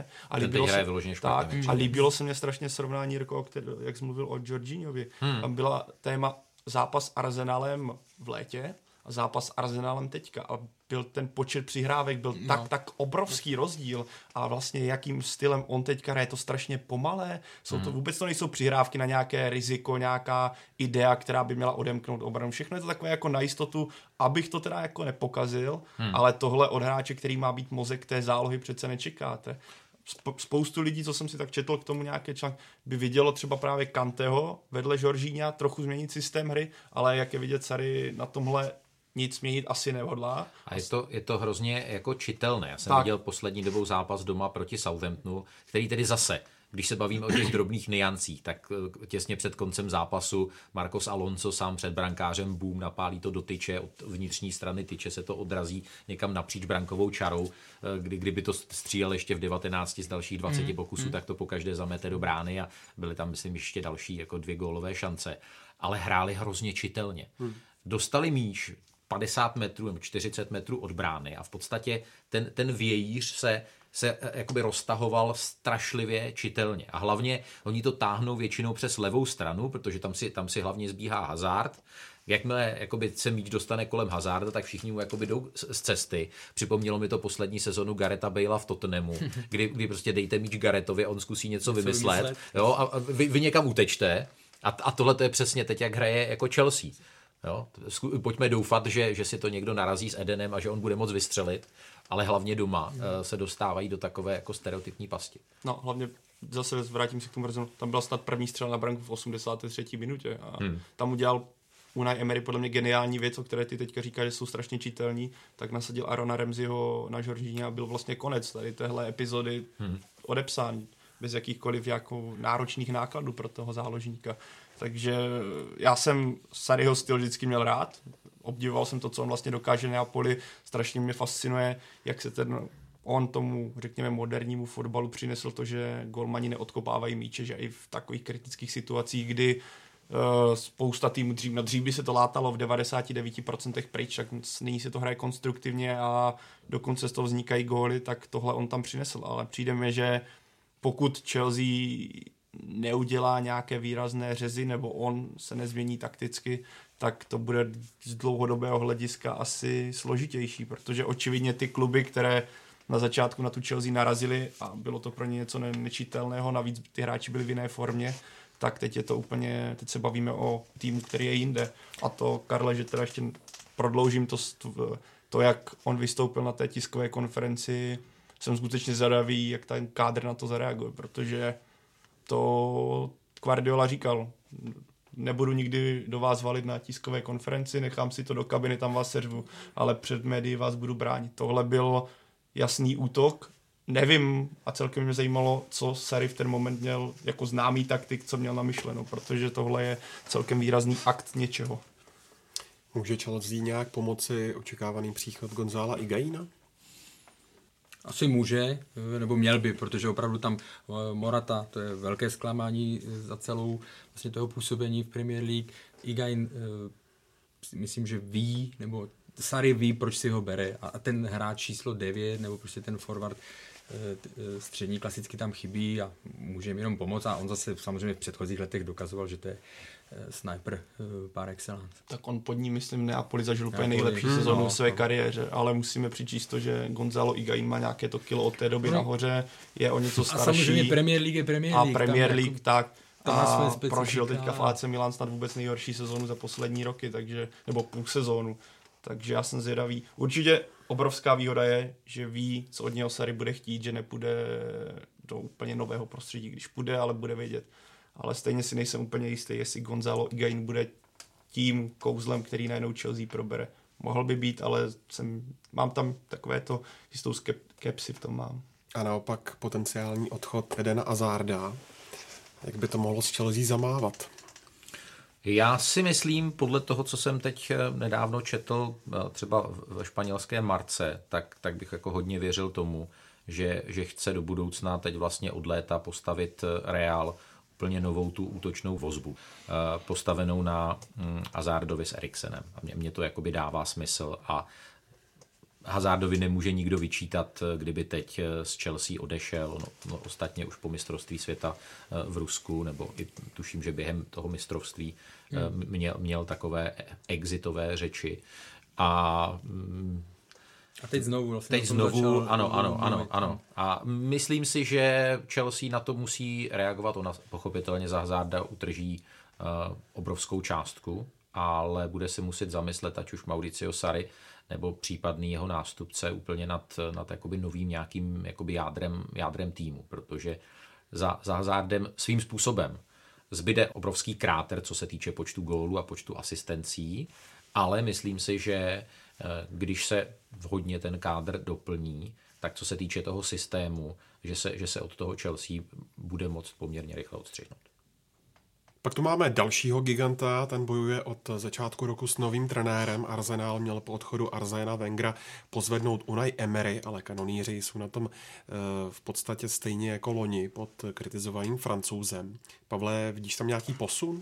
A líbilo se mně strašně srovnání, Jirko, jak jsi mluvil o Jorginhovi. Tam byla téma zápas Arsenalem v létě a zápas Arsenalem teďka. A byl ten počet přihrávek, byl tak obrovský rozdíl. A vlastně jakým stylem on teďka hraje, to strašně pomalé. Vůbec to nejsou přihrávky na nějaké riziko, nějaká idea, která by měla odemknout obranu. Všechno je to takové jako na jistotu, abych to teda jako nepokazil, ale tohle od hráče, který má být mozek té zálohy, přece nečekáte. Spoustu lidí, co jsem si tak četl k tomu nějaké články, by vidělo třeba právě Kanteho vedle Jorginha trochu změnit systém hry, ale jak je vidět, Sarri na tomhle nic měnit asi nehodlá. A je to hrozně jako čitelné. Já jsem viděl poslední dobou zápas doma proti Southamptonu, který tedy zase, když se bavíme o těch drobných niancích, tak těsně před koncem zápasu Marcos Alonso sám před brankářem boom napálí to do tyče, od vnitřní strany tyče se to odrazí někam napříč brankovou čarou, kdyby to střílel ještě v 19 z dalších 20 pokusů, tak to pokaždé zamete do brány a byly tam, myslím, ještě další jako 2 gólové šance. Ale hráli hrozně čitelně. Dostali míč 50 metrů nebo 40 metrů od brány a v podstatě ten vějíř se jakoby roztahoval strašlivě čitelně. A hlavně oni to táhnou většinou přes levou stranu, protože tam si hlavně zbíhá Hazard. Jakmile jakoby se míč dostane kolem Hazarda, tak všichni mu jakoby jdou z cesty. Připomnělo mi to poslední sezonu Gareta Balea v Tottenhamu, kdy prostě dejte míč Garetovi a on zkusí něco vymyslet. Jo, a vy někam utečte. A tohle to je přesně teď, jak hraje jako Chelsea. Jo? Pojďme doufat, že si to někdo narazí s Edenem a že on bude moc vystřelit, ale hlavně doma se dostávají do takové jako stereotypní pasti. No, hlavně zase vrátím se k tomu Arsenu. Tam byla snad první střela na branku v 83. minutě a tam udělal Unai Emery podle mě geniální věc, o které ty teďka říkáš, že jsou strašně čitelní, tak nasadil Arona Ramseyho na Jorginha a byl vlastně konec tady téhle epizody odepsán bez jakýchkoliv jako náročných nákladů pro toho záložníka. Takže já jsem Sarriho styl vždycky měl rád. Obdivoval jsem to, co on vlastně dokáže Neapoli. Strašně mě fascinuje, jak se on tomu, řekněme, modernímu fotbalu přinesl to, že golmani neodkopávají míče, že i v takových kritických situacích, kdy spousta týmů dřív by se to látalo v 99% pryč, tak nyní se to hraje konstruktivně a dokonce z toho vznikají góly, tak tohle on tam přinesl. Ale přijde mi, že pokud Chelsea neudělá nějaké výrazné řezy nebo on se nezmění takticky, tak to bude z dlouhodobého hlediska asi složitější, protože očividně ty kluby, které na začátku na tu Chelsea narazili a bylo to pro ně něco nečitelného, navíc ty hráči byli v jiné formě, tak teď je to úplně, teď se bavíme o týmu, který je jinde. A to, Karle, že teda ještě prodloužím to, jak on vystoupil na té tiskové konferenci, jsem skutečně zvědavý, jak ten kádr na to zareaguje, protože to Guardiola říkal, nebudu nikdy do vás valit na tiskové konferenci, nechám si to do kabiny, tam vás seřvu, ale před médií vás budu bránit. Tohle byl jasný útok. Nevím a celkem mě zajímalo, co Sarri v ten moment měl jako známý taktik, co měl namyšleno, protože tohle je celkem výrazný akt něčeho. Může Chelsea nějak pomoci očekávaný příchod Gonzala Higuaína? Asi může, nebo měl by, protože opravdu tam Morata, to je velké zklamání za celou vlastně toho působení v Premier League. Higuaín, myslím, že ví, nebo Sarri ví, proč si ho bere a ten hráč číslo 9, nebo prostě ten forward střední klasicky tam chybí a může jim jenom pomoct a on zase samozřejmě v předchozích letech dokazoval, že to je sniper par excellence. Tak on pod ním, myslím, Neapoli zažil úplně nejlepší sezónu v své kariéře, ale musíme přičíst to, že Gonzalo Higuaín má nějaké to kilo od té doby nahoře, je o něco starší. A samozřejmě Premier League je Premier League. A Premier League, jako, tak a prožil teďka v AC Milan snad vůbec nejhorší sezónu za poslední roky, takže, nebo půl sezónu. Takže já jsem zvědavý. Určitě obrovská výhoda je, že ví, co od něho Sarri bude chtít, že nepůjde do úplně nového prostředí, když půjde, ale bude vědět. Ale stejně si nejsem úplně jistý, jestli Gonzalo Higuaín bude tím kouzlem, který najednou Chelsea probere. Mohl by být, ale mám tam takovéto jistou skepsi v tom mám. A naopak potenciální odchod Edena Hazarda, jak by to mohlo s Chelsea zamávat? Já si myslím, podle toho, co jsem teď nedávno četl, třeba ve španělské Marce, tak bych jako hodně věřil tomu, že chce do budoucna teď vlastně od léta postavit Real úplně novou tu útočnou vozbu, postavenou na Hazardovi s Eriksenem. A mně to jakoby dává smysl a Hazardovi nemůže nikdo vyčítat, kdyby teď z Chelsea odešel, no ostatně už po mistrovství světa v Rusku, nebo i tuším, že během toho mistrovství měl takové exitové řeči. A teď znovu vlastně. Ano. A myslím si, že Chelsea na to musí reagovat. Ona pochopitelně za Hazarda utrží obrovskou částku, ale bude se muset zamyslet, ať už Mauricio Sarri nebo případný jeho nástupce úplně nad jakoby novým nějakým jakoby jádrem týmu, protože za Hazardem svým způsobem zbyde obrovský kráter, co se týče počtu gólů a počtu asistencí, ale myslím si, že když se vhodně ten kádr doplní, tak co se týče toho systému, že se od toho Chelsea bude moct poměrně rychle odstřihnout. Pak tu máme dalšího giganta, ten bojuje od začátku roku s novým trenérem. Arsenal měl po odchodu Arsena Wengera pozvednout Unai Emery, ale kanonýři jsou na tom v podstatě stejně jako loni pod kritizovaným Francouzem. Pavle, vidíš tam nějaký posun?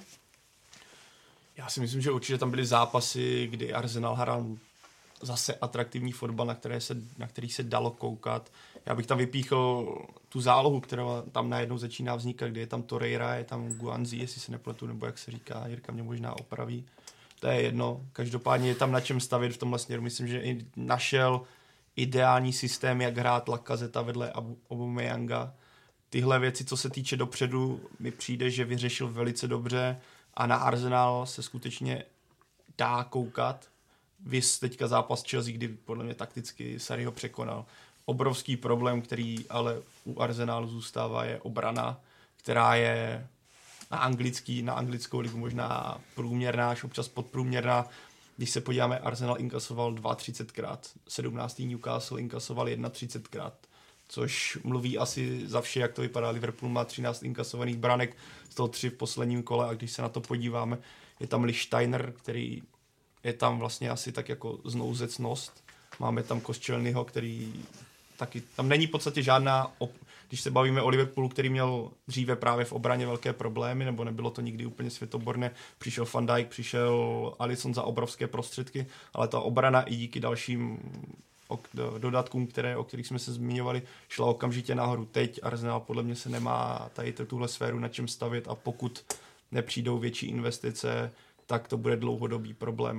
Já si myslím, že určitě tam byly zápasy, kdy Arsenal hrál zase atraktivní fotbal, na který se dalo koukat. Já bych tam vypíchl tu zálohu, která tam najednou začíná vznikat, kdy je tam Torreira, je tam Guanzi, jestli se nepletu, nebo jak se říká, Jirka mě možná opraví. To je jedno. Každopádně je tam na čem stavět v tomhle směru. Myslím, že i našel ideální systém, jak hrát Lacazette vedle Aubameyanga. Tyhle věci, co se týče dopředu, mi přijde, že vyřešil velice dobře a na Arsenal se skutečně dá koukat. Vys teďka zápas Chelsea, kdy podle mě takticky Sarri ho překonal. Obrovský problém, který ale u Arsenalu zůstává, je obrana, která je na anglickou ligu možná průměrná, až občas podprůměrná. Když se podíváme, Arsenal inkasoval 32krát, 17. Newcastle inkasoval 31krát, což mluví asi za vše, jak to vypadá. Liverpool má 13 inkasovaných branek, z toho 3 v posledním kole, a když se na to podíváme, je tam Lichtsteiner, který je tam vlastně asi tak jako znouzecnost. Máme tam Koscielnyho, který taky, tam není v podstatě žádná, když se bavíme o Liverpoolu, který měl dříve právě v obraně velké problémy, nebo nebylo to nikdy úplně světoborné, přišel Van Dijk, přišel Alisson za obrovské prostředky, ale ta obrana i díky dalším dodatkům, o kterých jsme se zmiňovali, šla okamžitě nahoru. Teď Arsenal podle mě se nemá tady tuhle sféru na čem stavět a pokud nepřijdou větší investice, tak to bude dlouhodobý problém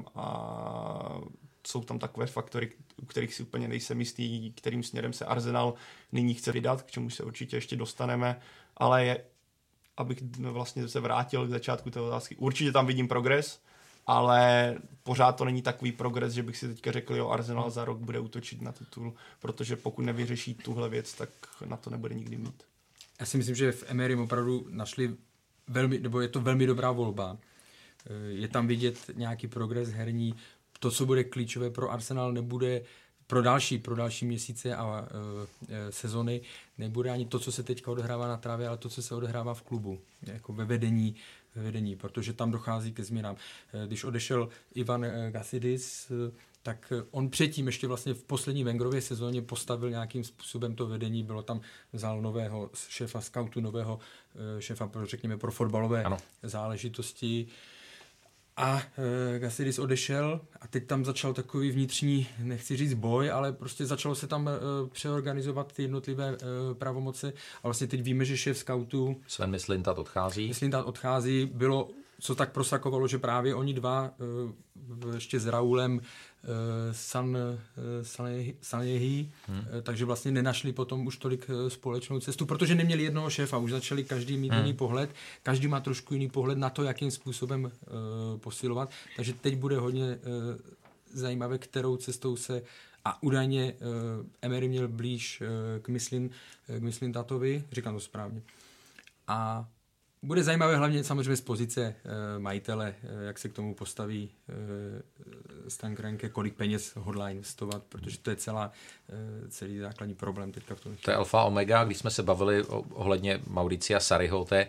a jsou tam takové faktory, u kterých si úplně nejsem jistý, kterým směrem se Arsenal nyní chce vydat, k čemu se určitě ještě dostaneme, ale abych vlastně se vrátil k začátku té otázky, určitě tam vidím progres, ale pořád to není takový progres, že bych si teďka řekl, jo, Arsenal za rok bude útočit na titul, protože pokud nevyřeší tuhle věc, tak na to nebude nikdy mít. Já si myslím, že v Emerym opravdu našli nebo je to velmi dobrá volba. Je tam vidět nějaký progres herní. To, co bude klíčové pro Arsenal, nebude pro další měsíce a sezony, nebude ani to, co se teďka odehrává na trávě, ale to, co se odehrává v klubu, jako ve vedení, protože tam dochází ke změnám. Když odešel Ivan Gazidis, tak on předtím ještě vlastně v poslední Wengerově sezóně postavil nějakým způsobem to vedení, bylo tam, vzal nového šéfa scoutu, nového šéfa, řekněme, pro fotbalové záležitosti. A Gazidis odešel a teď tam začal takový vnitřní, nechci říct boj, ale prostě začalo se tam přeorganizovat ty jednotlivé pravomoci a vlastně teď víme, že šéf scoutu Sven Mislintat odchází. Bylo, co tak prosakovalo, že právě oni dva ještě s Raulem Sanllehy, takže vlastně nenašli potom už tolik společnou cestu, protože neměli jednoho šéfa, už začali každý mít jiný pohled, každý má trošku jiný pohled na to, jakým způsobem posilovat, takže teď bude hodně zajímavé, kterou cestou se a údajně Emery měl blíž k Mislintatovi, říkám to správně. A bude zajímavé hlavně samozřejmě z pozice majitele, jak se k tomu postaví Stan Kroenke, kolik peněz hodlá investovat, protože to je celý základní problém teďka v tom. To je alfa omega, když jsme se bavili ohledně Mauricia Sarriho, to je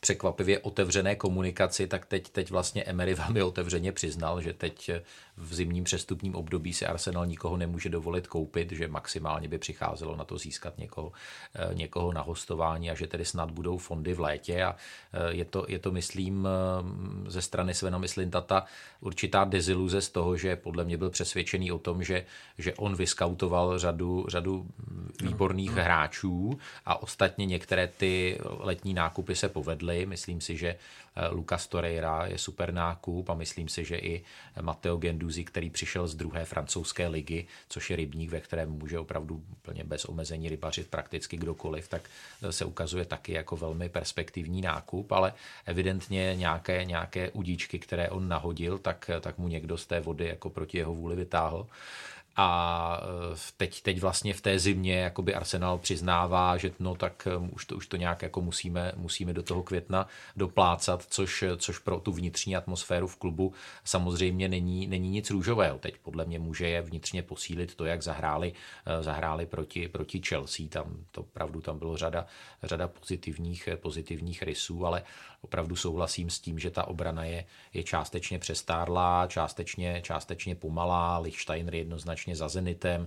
překvapivě otevřené komunikaci, tak teď vlastně Emery velmi otevřeně přiznal, že teď v zimním přestupním období si Arsenal nikoho nemůže dovolit koupit, že maximálně by přicházelo na to získat někoho na hostování a že tedy snad budou fondy v létě a je to myslím ze strany Svena Mislintata určitá deziluze z toho, že podle mě byl přesvědčený o tom, že on vyskautoval řadu výborných hráčů a ostatně některé ty letní nákupy se povedly. Myslím si, že Lucas Torreira je super nákup a myslím si, že i Matteo Guendouzi, který přišel z 2. francouzské ligy, což je rybník, ve kterém může opravdu úplně bez omezení rybařit prakticky kdokoliv, tak se ukazuje taky jako velmi perspektivní nákup, ale evidentně nějaké udíčky, které on nahodil, tak mu někdo z té vody jako proti jeho vůli vytáhl. A teď vlastně v té zimě jakoby Arsenal přiznává, že no tak už to nějak jako musíme do toho května doplácat, což pro tu vnitřní atmosféru v klubu samozřejmě není nic růžového. Teď podle mě může je vnitřně posílit to, jak zahráli proti Chelsea. Tam bylo řada pozitivních rysů, ale opravdu souhlasím s tím, že ta obrana je částečně přestárlá, částečně pomalá. Lichtsteiner jednoznačně za Zenitem.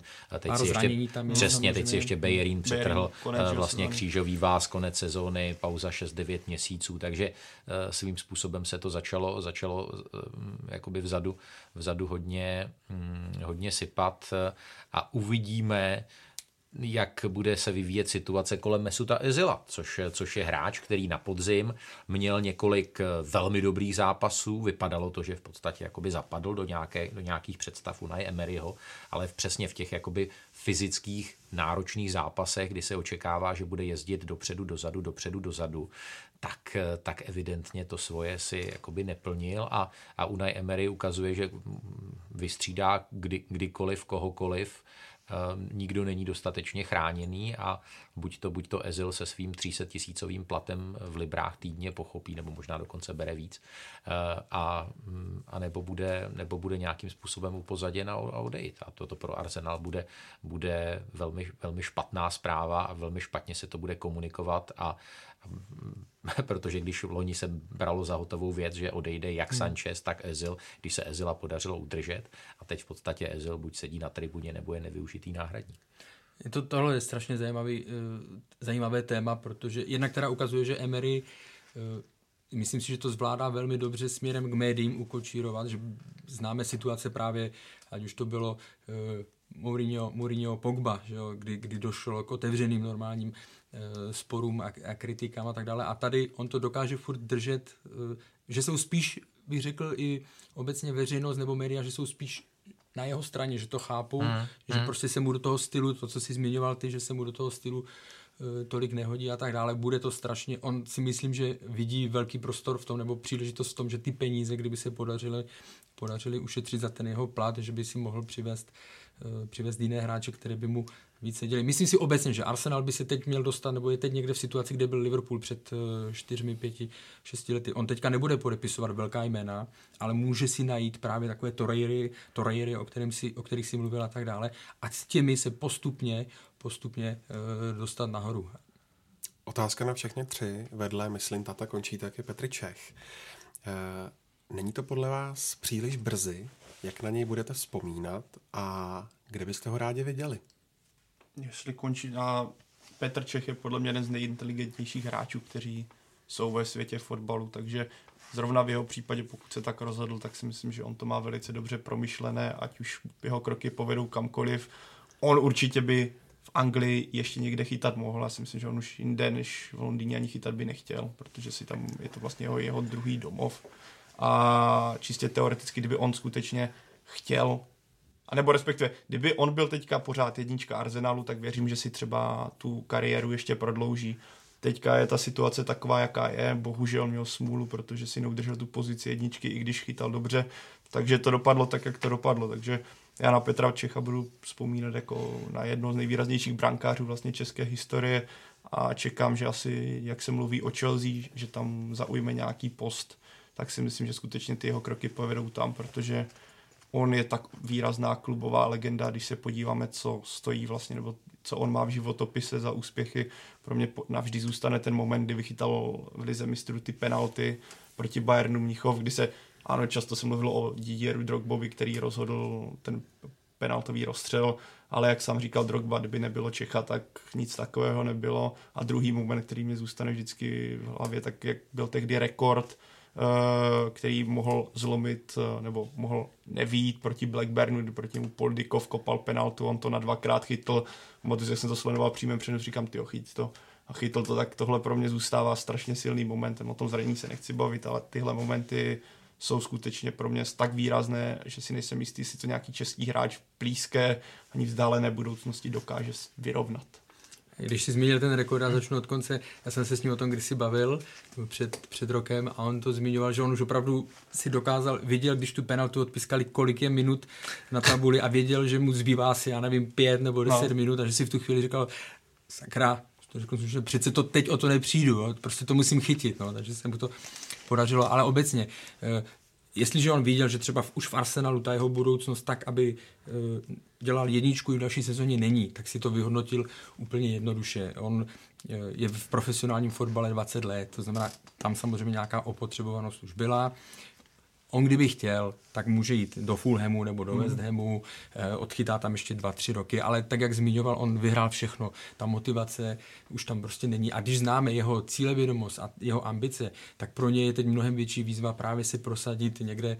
Teď si ještě Bellerin přetrhl vlastně křížový váz, konec sezóny, pauza 6-9 měsíců, takže svým způsobem se to začalo jakoby vzadu hodně sypat a uvidíme, jak bude se vyvíjet situace kolem Mesuta Özila, což je hráč, který na podzim měl několik velmi dobrých zápasů. Vypadalo to, že v podstatě jakoby zapadl do nějakých představ Unai Emeryho, ale přesně v těch jakoby fyzických náročných zápasech, kdy se očekává, že bude jezdit dopředu, dozadu, tak evidentně to svoje si jakoby neplnil a Unai Emery ukazuje, že vystřídá kdykoliv, kohokoliv, nikdo není dostatečně chráněný a buď to Özil se svým 300 000 platem v librách týdně pochopí, nebo možná dokonce bere víc, a nebo bude nějakým způsobem upozaděn a odejít. A toto pro Arsenal bude velmi, velmi špatná zpráva a velmi špatně se to bude komunikovat protože když loni se bralo za hotovou věc, že odejde jak Sanchez, tak Özil, když se Özila podařilo udržet a teď v podstatě Özil buď sedí na tribuně, nebo je nevyužitý náhradník. Tohle je strašně zajímavé téma, protože jednak teda ukazuje, že Emery, myslím si, že to zvládá velmi dobře směrem k médiím ukočírovat, že známe situace právě, ať už to bylo Mourinho Pogba, že jo, kdy došlo k otevřeným normálním sporům a kritikám a tak dále. A tady on to dokáže furt držet, že jsou spíš, bych řekl, i obecně veřejnost nebo média, že jsou spíš na jeho straně, že to chápou, že prostě se mu do toho stylu, to, co jsi zmiňoval ty, že se mu do toho stylu tolik nehodí a tak dále. Bude to strašně, on si myslím, že vidí velký prostor v tom, nebo příležitost v tom, že ty peníze, kdyby se podařili ušetřit za ten jeho plat, že by si mohl přivést jiné hráče, které by mu více děli. Myslím si obecně, že Arsenal by se teď měl dostat, nebo je teď někde v situaci, kde byl Liverpool před 4, 5, 6 lety. On teďka nebude podepisovat velká jména, ale může si najít právě takové Torreiry, o kterých si mluvil a tak dále, a s těmi se postupně dostat nahoru. Otázka na všechny 3. Vedle Mislintata končí taky Petr Čech. Není to podle vás příliš brzy? Jak na něj budete vzpomínat a kde byste ho rádi viděli? Jestli končí na Petr Čech je podle mě jeden z nejinteligentnějších hráčů, kteří jsou ve světě fotbalu, takže zrovna v jeho případě, pokud se tak rozhodl, tak si myslím, že on to má velice dobře promyšlené, ať už jeho kroky povedou kamkoliv. On určitě by v Anglii ještě někde chytat mohl. Já si myslím, že on už jinde než v Londýně ani chytat by nechtěl, protože si tam je to vlastně jeho druhý domov. A čistě teoreticky, kdyby on skutečně chtěl, a nebo respektive, kdyby on byl teďka pořád jednička Arsenalu, tak věřím, že si třeba tu kariéru ještě prodlouží. Teďka je ta situace taková, jaká je. Bohužel měl smůlu, protože si neudržel tu pozici jedničky, i když chytal dobře. Takže to dopadlo tak, jak to dopadlo. Takže já na Petra Čecha budu vzpomínat jako na jednoho z nejvýraznějších brankářů vlastně české historie a čekám, že asi, jak se mluví o Chelsea, že tam zaujme nějaký post, tak si myslím, že skutečně ty jeho kroky povedou tam, protože on je tak výrazná klubová legenda, když se podíváme, co stojí vlastně, nebo co on má v životopise za úspěchy. Pro mě navždy zůstane ten moment, kdy vychytal v lize mistrů ty penalty proti Bayernu Mnichov, kdy se, ano, často se mluvilo o Didieru Drogbovi, který rozhodl ten penaltový rozstřel, ale jak sám říkal Drogba, kdyby nebylo Čecha, tak nic takového nebylo. A druhý moment, který mi zůstane vždycky v hlavě, tak jak byl tehdy rekord, který mohl zlomit, nebo mohl nevít proti Blackburnu, kdy proti němu Paul Dykov kopal penaltu, on to na 2krát chytl. Jak jsem to sledoval přímém přenosu, říkám, chyť to. A chytl to, tak tohle pro mě zůstává strašně silný moment. O tom zranění se nechci bavit, ale tyhle momenty jsou skutečně pro mě tak výrazné, že si nejsem jistý, jestli to nějaký český hráč v blízké ani vzdálené budoucnosti dokáže vyrovnat. Když jsi zmínil ten rekord, já začnu od konce, já jsem se s ním o tom kdysi bavil před rokem a on to zmiňoval, že on už opravdu si dokázal, viděl, když tu penaltu odpískali, kolik je minut na tabuli a věděl, že mu zbývá asi, já nevím, 5 nebo 10 minut a že si v tu chvíli říkal, sakra, to řekl jsem, že přece to teď o to nepřijdu, jo, prostě to musím chytit, no, takže se mu to podařilo, ale obecně, jestliže on viděl, že třeba už v Arsenalu ta jeho budoucnost tak, aby dělal jedničku i v další sezóně není, tak si to vyhodnotil úplně jednoduše. On je v profesionálním fotbale 20 let, to znamená, tam samozřejmě nějaká opotřebovanost už byla. On kdyby chtěl, tak může jít do Fulhamu nebo do West Hamu, odchytá tam ještě 2-3 roky, ale tak, jak zmiňoval, on vyhrál všechno. Ta motivace už tam prostě není. A když známe jeho cílevědomost a jeho ambice, tak pro ně je teď mnohem větší výzva právě si prosadit někde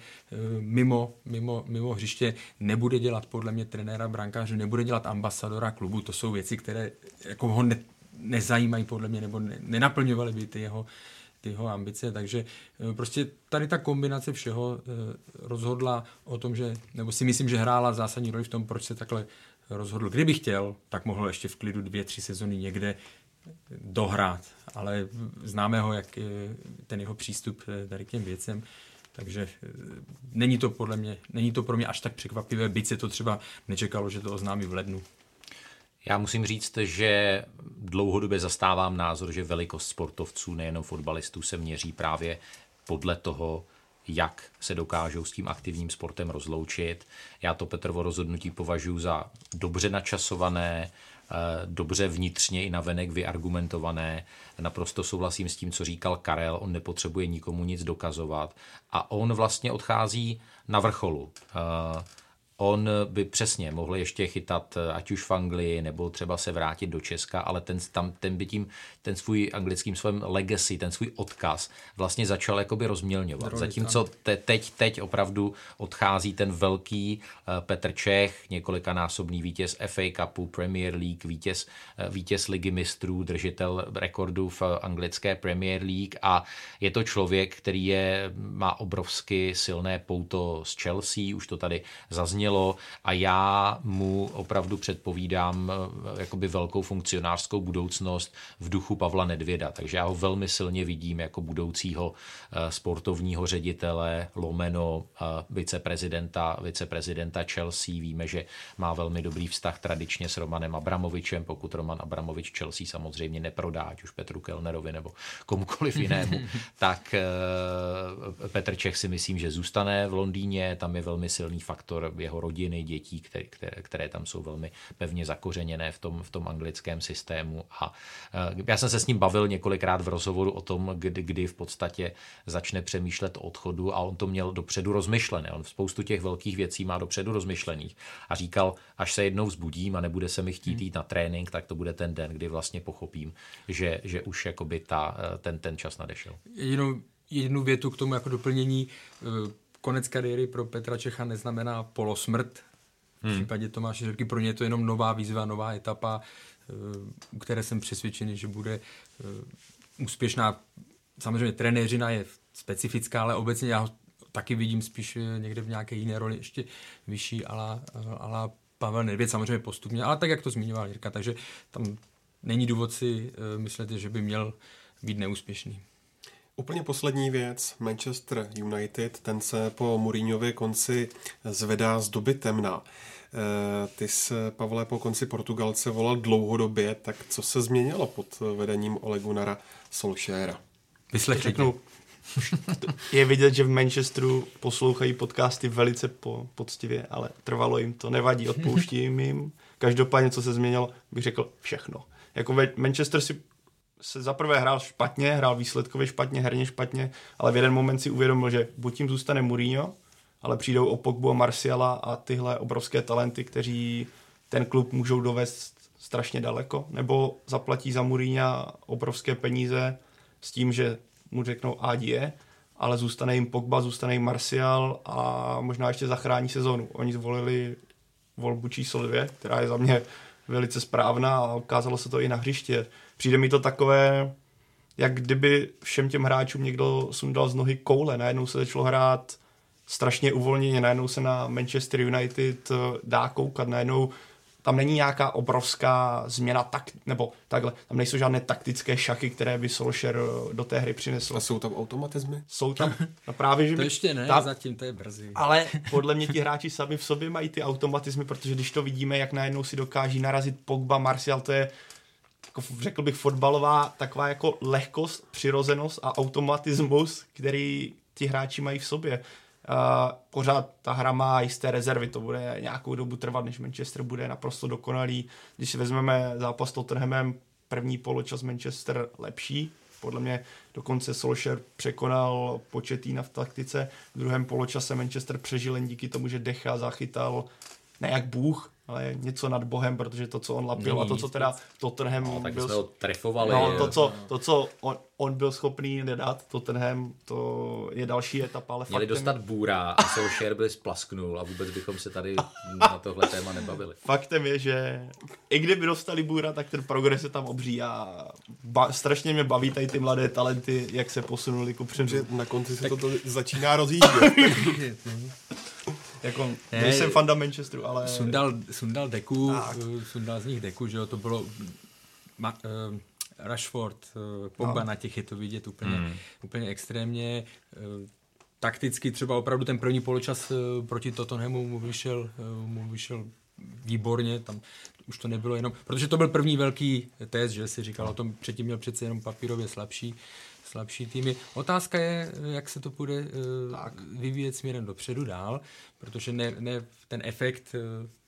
mimo hřiště. Nebude dělat podle mě trenéra brankáře, nebude dělat ambasadora klubu. To jsou věci, které jako ho nezajímají podle mě, nebo nenaplňovaly by ty jeho ambice, takže prostě tady ta kombinace všeho rozhodla o tom, že, nebo si myslím, že hrála zásadní roli v tom, proč se takhle rozhodl. Kdyby chtěl, tak mohl ještě v klidu 2-3 sezony někde dohrát, ale známe ho, jak ten jeho přístup tady k těm věcem, takže není to pro mě až tak překvapivé, byť se to třeba nečekalo, že to oznámí v lednu. Já musím říct, že dlouhodobě zastávám názor, že velikost sportovců, nejenom fotbalistů, se měří právě podle toho, jak se dokážou s tím aktivním sportem rozloučit. Já to Petrovo rozhodnutí považuji za dobře načasované, dobře vnitřně i navenek vyargumentované. Naprosto souhlasím s tím, co říkal Karel, on nepotřebuje nikomu nic dokazovat a on vlastně odchází na vrcholu. On by přesně mohl ještě chytat ať už v Anglii, nebo třeba se vrátit do Česka, ale ten by tím ten svůj anglickým svým legacy, ten svůj odkaz vlastně začal jakoby rozmělňovat. Zatímco teď opravdu odchází ten velký Petr Čech, několikanásobný vítěz FA Cupu, Premier League, vítěz Ligy mistrů, držitel rekordu v anglické Premier League a je to člověk, který má obrovsky silné pouto s Chelsea, už to tady zaznělo, a já mu opravdu předpovídám jakoby velkou funkcionářskou budoucnost v duchu Pavla Nedvěda, takže já ho velmi silně vidím jako budoucího sportovního ředitele, lomeno viceprezidenta Chelsea. Víme, že má velmi dobrý vztah tradičně s Romanem Abramovičem, pokud Roman Abramovič Chelsea samozřejmě neprodá, ať už Petru Kellnerovi nebo komukoliv jinému, tak Petr Čech si myslím, že zůstane v Londýně, tam je velmi silný faktor jeho rodiny, dětí, které tam jsou velmi pevně zakořeněné v tom anglickém systému. A já jsem se s ním bavil několikrát v rozhovoru o tom, kdy v podstatě začne přemýšlet o odchodu a on to měl dopředu rozmyšlené. On spoustu těch velkých věcí má dopředu rozmyšlených a říkal, až se jednou vzbudím a nebude se mi chtít jít na trénink, tak to bude ten den, kdy vlastně pochopím, že už jakoby ten čas nadešel. Jednu větu k tomu jako doplnění. Konec kariéry pro Petra Čecha neznamená polosmrt. V případě Tomáše Řepky pro ně je to jenom nová výzva, nová etapa, u které jsem přesvědčený, že bude úspěšná. Samozřejmě trenéřina je specifická, ale obecně já ho taky vidím spíš někde v nějaké jiné roli, ještě vyšší, ala Pavel Nedvěd, samozřejmě postupně, ale tak, jak to zmiňoval Jirka, takže tam není důvod si myslet, že by měl být neúspěšný. Úplně poslední věc, Manchester United, ten se po Mourinhově konci zvedá z doby temna. Ty jsi, Pavle, po konci Portugalce volal dlouhodobě, tak co se změnilo pod vedením Ole Gunnara Solskjaera? Řeknu Je vidět, že v Manchesteru poslouchají podcasty velice poctivě, ale trvalo jim to, nevadí, odpouštím jim. Každopádně, co se změnilo, bych řekl všechno. Jako Manchester se zaprvé hrál špatně, hrál výsledkově špatně, herně špatně, ale v jeden moment si uvědomil, že buď tím zůstane Mourinho, ale přijdou o Pogbu a Martiala a tyhle obrovské talenty, kteří ten klub můžou dovést strašně daleko, nebo zaplatí za Mourinha obrovské peníze s tím, že mu řeknou adie, ale zůstane jim Pogba, zůstane jim Martial a možná ještě zachrání sezonu. Oni zvolili volbu číslo 2, která je za mě velice správná a ukázalo se to i na hřiště. Přijde mi to takové, jak kdyby všem těm hráčům někdo sundal z nohy koule. Najednou se začalo hrát strašně uvolněně, najednou se na Manchester United dá koukat, najednou tam není nějaká obrovská změna, nebo takhle, tam nejsou žádné taktické šachy, které by Solskjaer do té hry přinesl. A jsou tam automatizmy? Jsou tam, no právě, že to ještě ne, zatím to je brzy. Ale podle mě ti hráči sami v sobě mají ty automatizmy, protože když to vidíme, jak najednou si dokáží narazit Pogba, Martial, to je, jako řekl bych, fotbalová taková jako lehkost, přirozenost a automatismus, který ti hráči mají v sobě. Pořád ta hra má jisté rezervy, to bude nějakou dobu trvat, než Manchester bude naprosto dokonalý. Když si vezmeme zápas s Tottenhamem, první poločas Manchester lepší, podle mě dokonce Solskjaer překonal Pochettina v taktice, v druhém poločase Manchester přežil jen díky tomu, že Decha zachytal ne jak Bůh, ale něco nad Bohem, protože to, co on lapil a to, co teda Tottenham tak byl... jsme ho trefovali. No, to, co on byl schopný nedat, Tottenham, to je další etapa, ale měli dostat Bůra a Solskjaer by splasknul a vůbec bychom se tady na tohle téma nebavili. Faktem je, že i kdyby dostali Bůra, tak ten progres je tam obří a strašně mě baví tady ty mladé talenty, jak se posunuli kupředu. Na konci se to začíná rozjíždět. Jako, nejsem fanda Manchesteru, ale... Sundal Deku, sundal z nich Deku, že jo, to bylo Rashford, Pogba, na těch je to vidět úplně extrémně. Takticky třeba opravdu ten první poločas proti Tottenhamu mu vyšel výborně, tam už to nebylo jenom, protože to byl první velký test, že si říkal o tom, předtím měl přece jenom papírově slabší týmy. Otázka je, jak se to bude vyvíjet směrem dopředu dál, protože ne ten efekt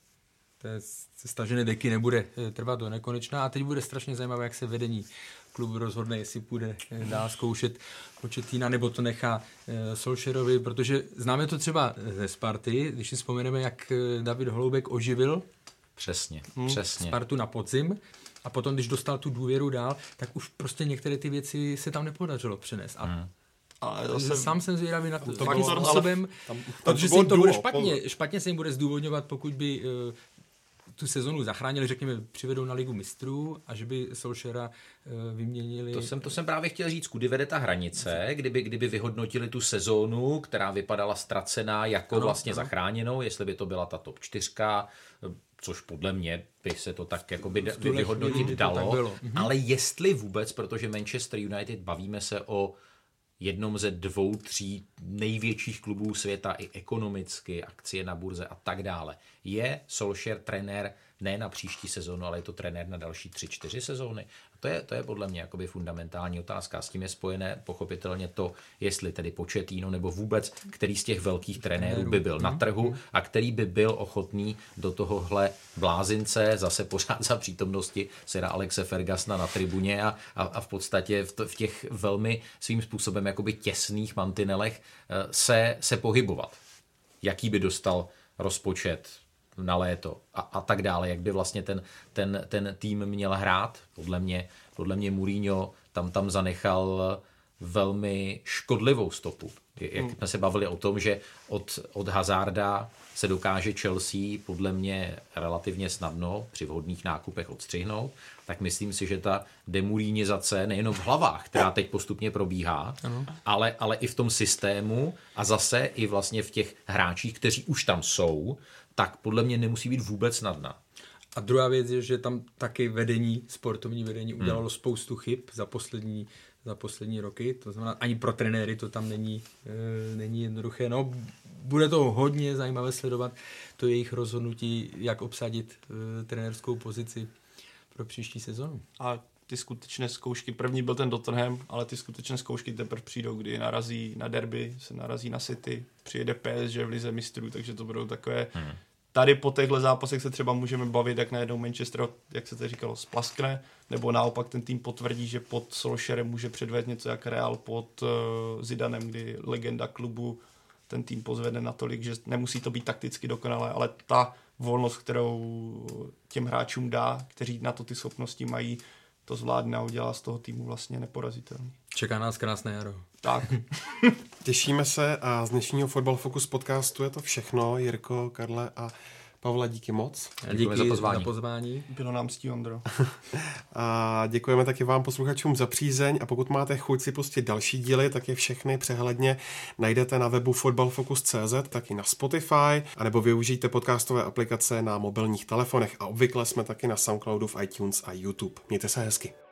té stažené deky nebude trvat do nekonečna a teď bude strašně zajímavé, jak se vedení klubu rozhodne, jestli půjde dál zkoušet Pochettina, nebo to nechá Solskjaerovi, protože známe to třeba ze Sparty, když si vzpomeneme, jak David Holoubek oživil Přesně. Spartu na podzim a potom, když dostal tu důvěru dál, tak už prostě některé ty věci se tam nepodařilo přenést. Ale sám jsem zvědavý na to, jakým způsobem, protože se jim to bude špatně se jim bude zdůvodňovat, pokud by tu sezonu zachránili, řekněme, přivedou na Ligu mistrů a že by Solskjaera vyměnili. To jsem právě chtěl říct, kudy vede ta hranice, kdyby vyhodnotili tu sezónu, která vypadala ztracená jako vlastně zachráněnou, jestli by to byla ta top 4, což podle mě by se to tak jakoby vyhodnotit dalo, ale jestli vůbec, protože Manchester United, bavíme se o jednom ze 2-3 největších klubů světa i ekonomicky, akcie na burze a tak dále. Je Solskjaer trenér ne na příští sezónu, ale je to trenér na další 3-4 sezóny. A to je podle mě jakoby fundamentální otázka. S tím je spojené pochopitelně to, jestli tedy Pochettino nebo vůbec, který z těch velkých trenérů by byl na trhu a který by byl ochotný do tohohle blázince, zase pořád za přítomnosti sera Alexe Fergusona na tribuně a v podstatě v těch velmi svým způsobem jakoby těsných mantinelech se pohybovat. Jaký by dostal rozpočet na léto a tak dále, jak by vlastně ten tým měl hrát. Podle mě Mourinho tam zanechal velmi škodlivou stopu. Jak jsme se bavili o tom, že od Hazarda se dokáže Chelsea podle mě relativně snadno při vhodných nákupech odstřihnout, tak myslím si, že ta demurinizace nejenom v hlavách, která teď postupně probíhá, ale i v tom systému a zase i vlastně v těch hráčích, kteří už tam jsou, tak podle mě nemusí být vůbec snadná. A druhá věc je, že tam taky sportovní vedení udělalo spoustu chyb za poslední roky, to znamená, ani pro trenéry to tam není jednoduché. No, bude to hodně zajímavé sledovat to jejich rozhodnutí, jak obsadit trenérskou pozici pro příští sezonu. A ty skutečné zkoušky, první byl ten Tottenham, ale ty skutečné zkoušky teprve přijdou, kdy narazí na derby, se narazí na City, přijede PSG v lize mistrů, takže to budou takové... Tady po těchto zápasech se třeba můžeme bavit, jak najednou Manchester, jak se to říkalo, splaskne, nebo naopak ten tým potvrdí, že pod Solskjaerem může předvést něco jak Real pod Zidanem, kdy legenda klubu ten tým pozvedne natolik, že nemusí to být takticky dokonalé, ale ta volnost, kterou těm hráčům dá, kteří na to ty schopnosti mají, to zvládne a udělá z toho týmu vlastně neporazitelný. Čeká nás krásné jaro. Tak. Těšíme se a z dnešního Fotbal Focus podcastu je to všechno. Jirko, Karle a Pavle, díky moc. Díky za pozvání. Bylo nám ctí, Ondro. A děkujeme taky vám posluchačům za přízeň a pokud máte chuť si pustit další díly, tak je všechny přehledně najdete na webu fotbalfocus.cz, taky na Spotify, anebo využijte podcastové aplikace na mobilních telefonech a obvykle jsme taky na Soundcloudu, v iTunes a YouTube. Mějte se hezky.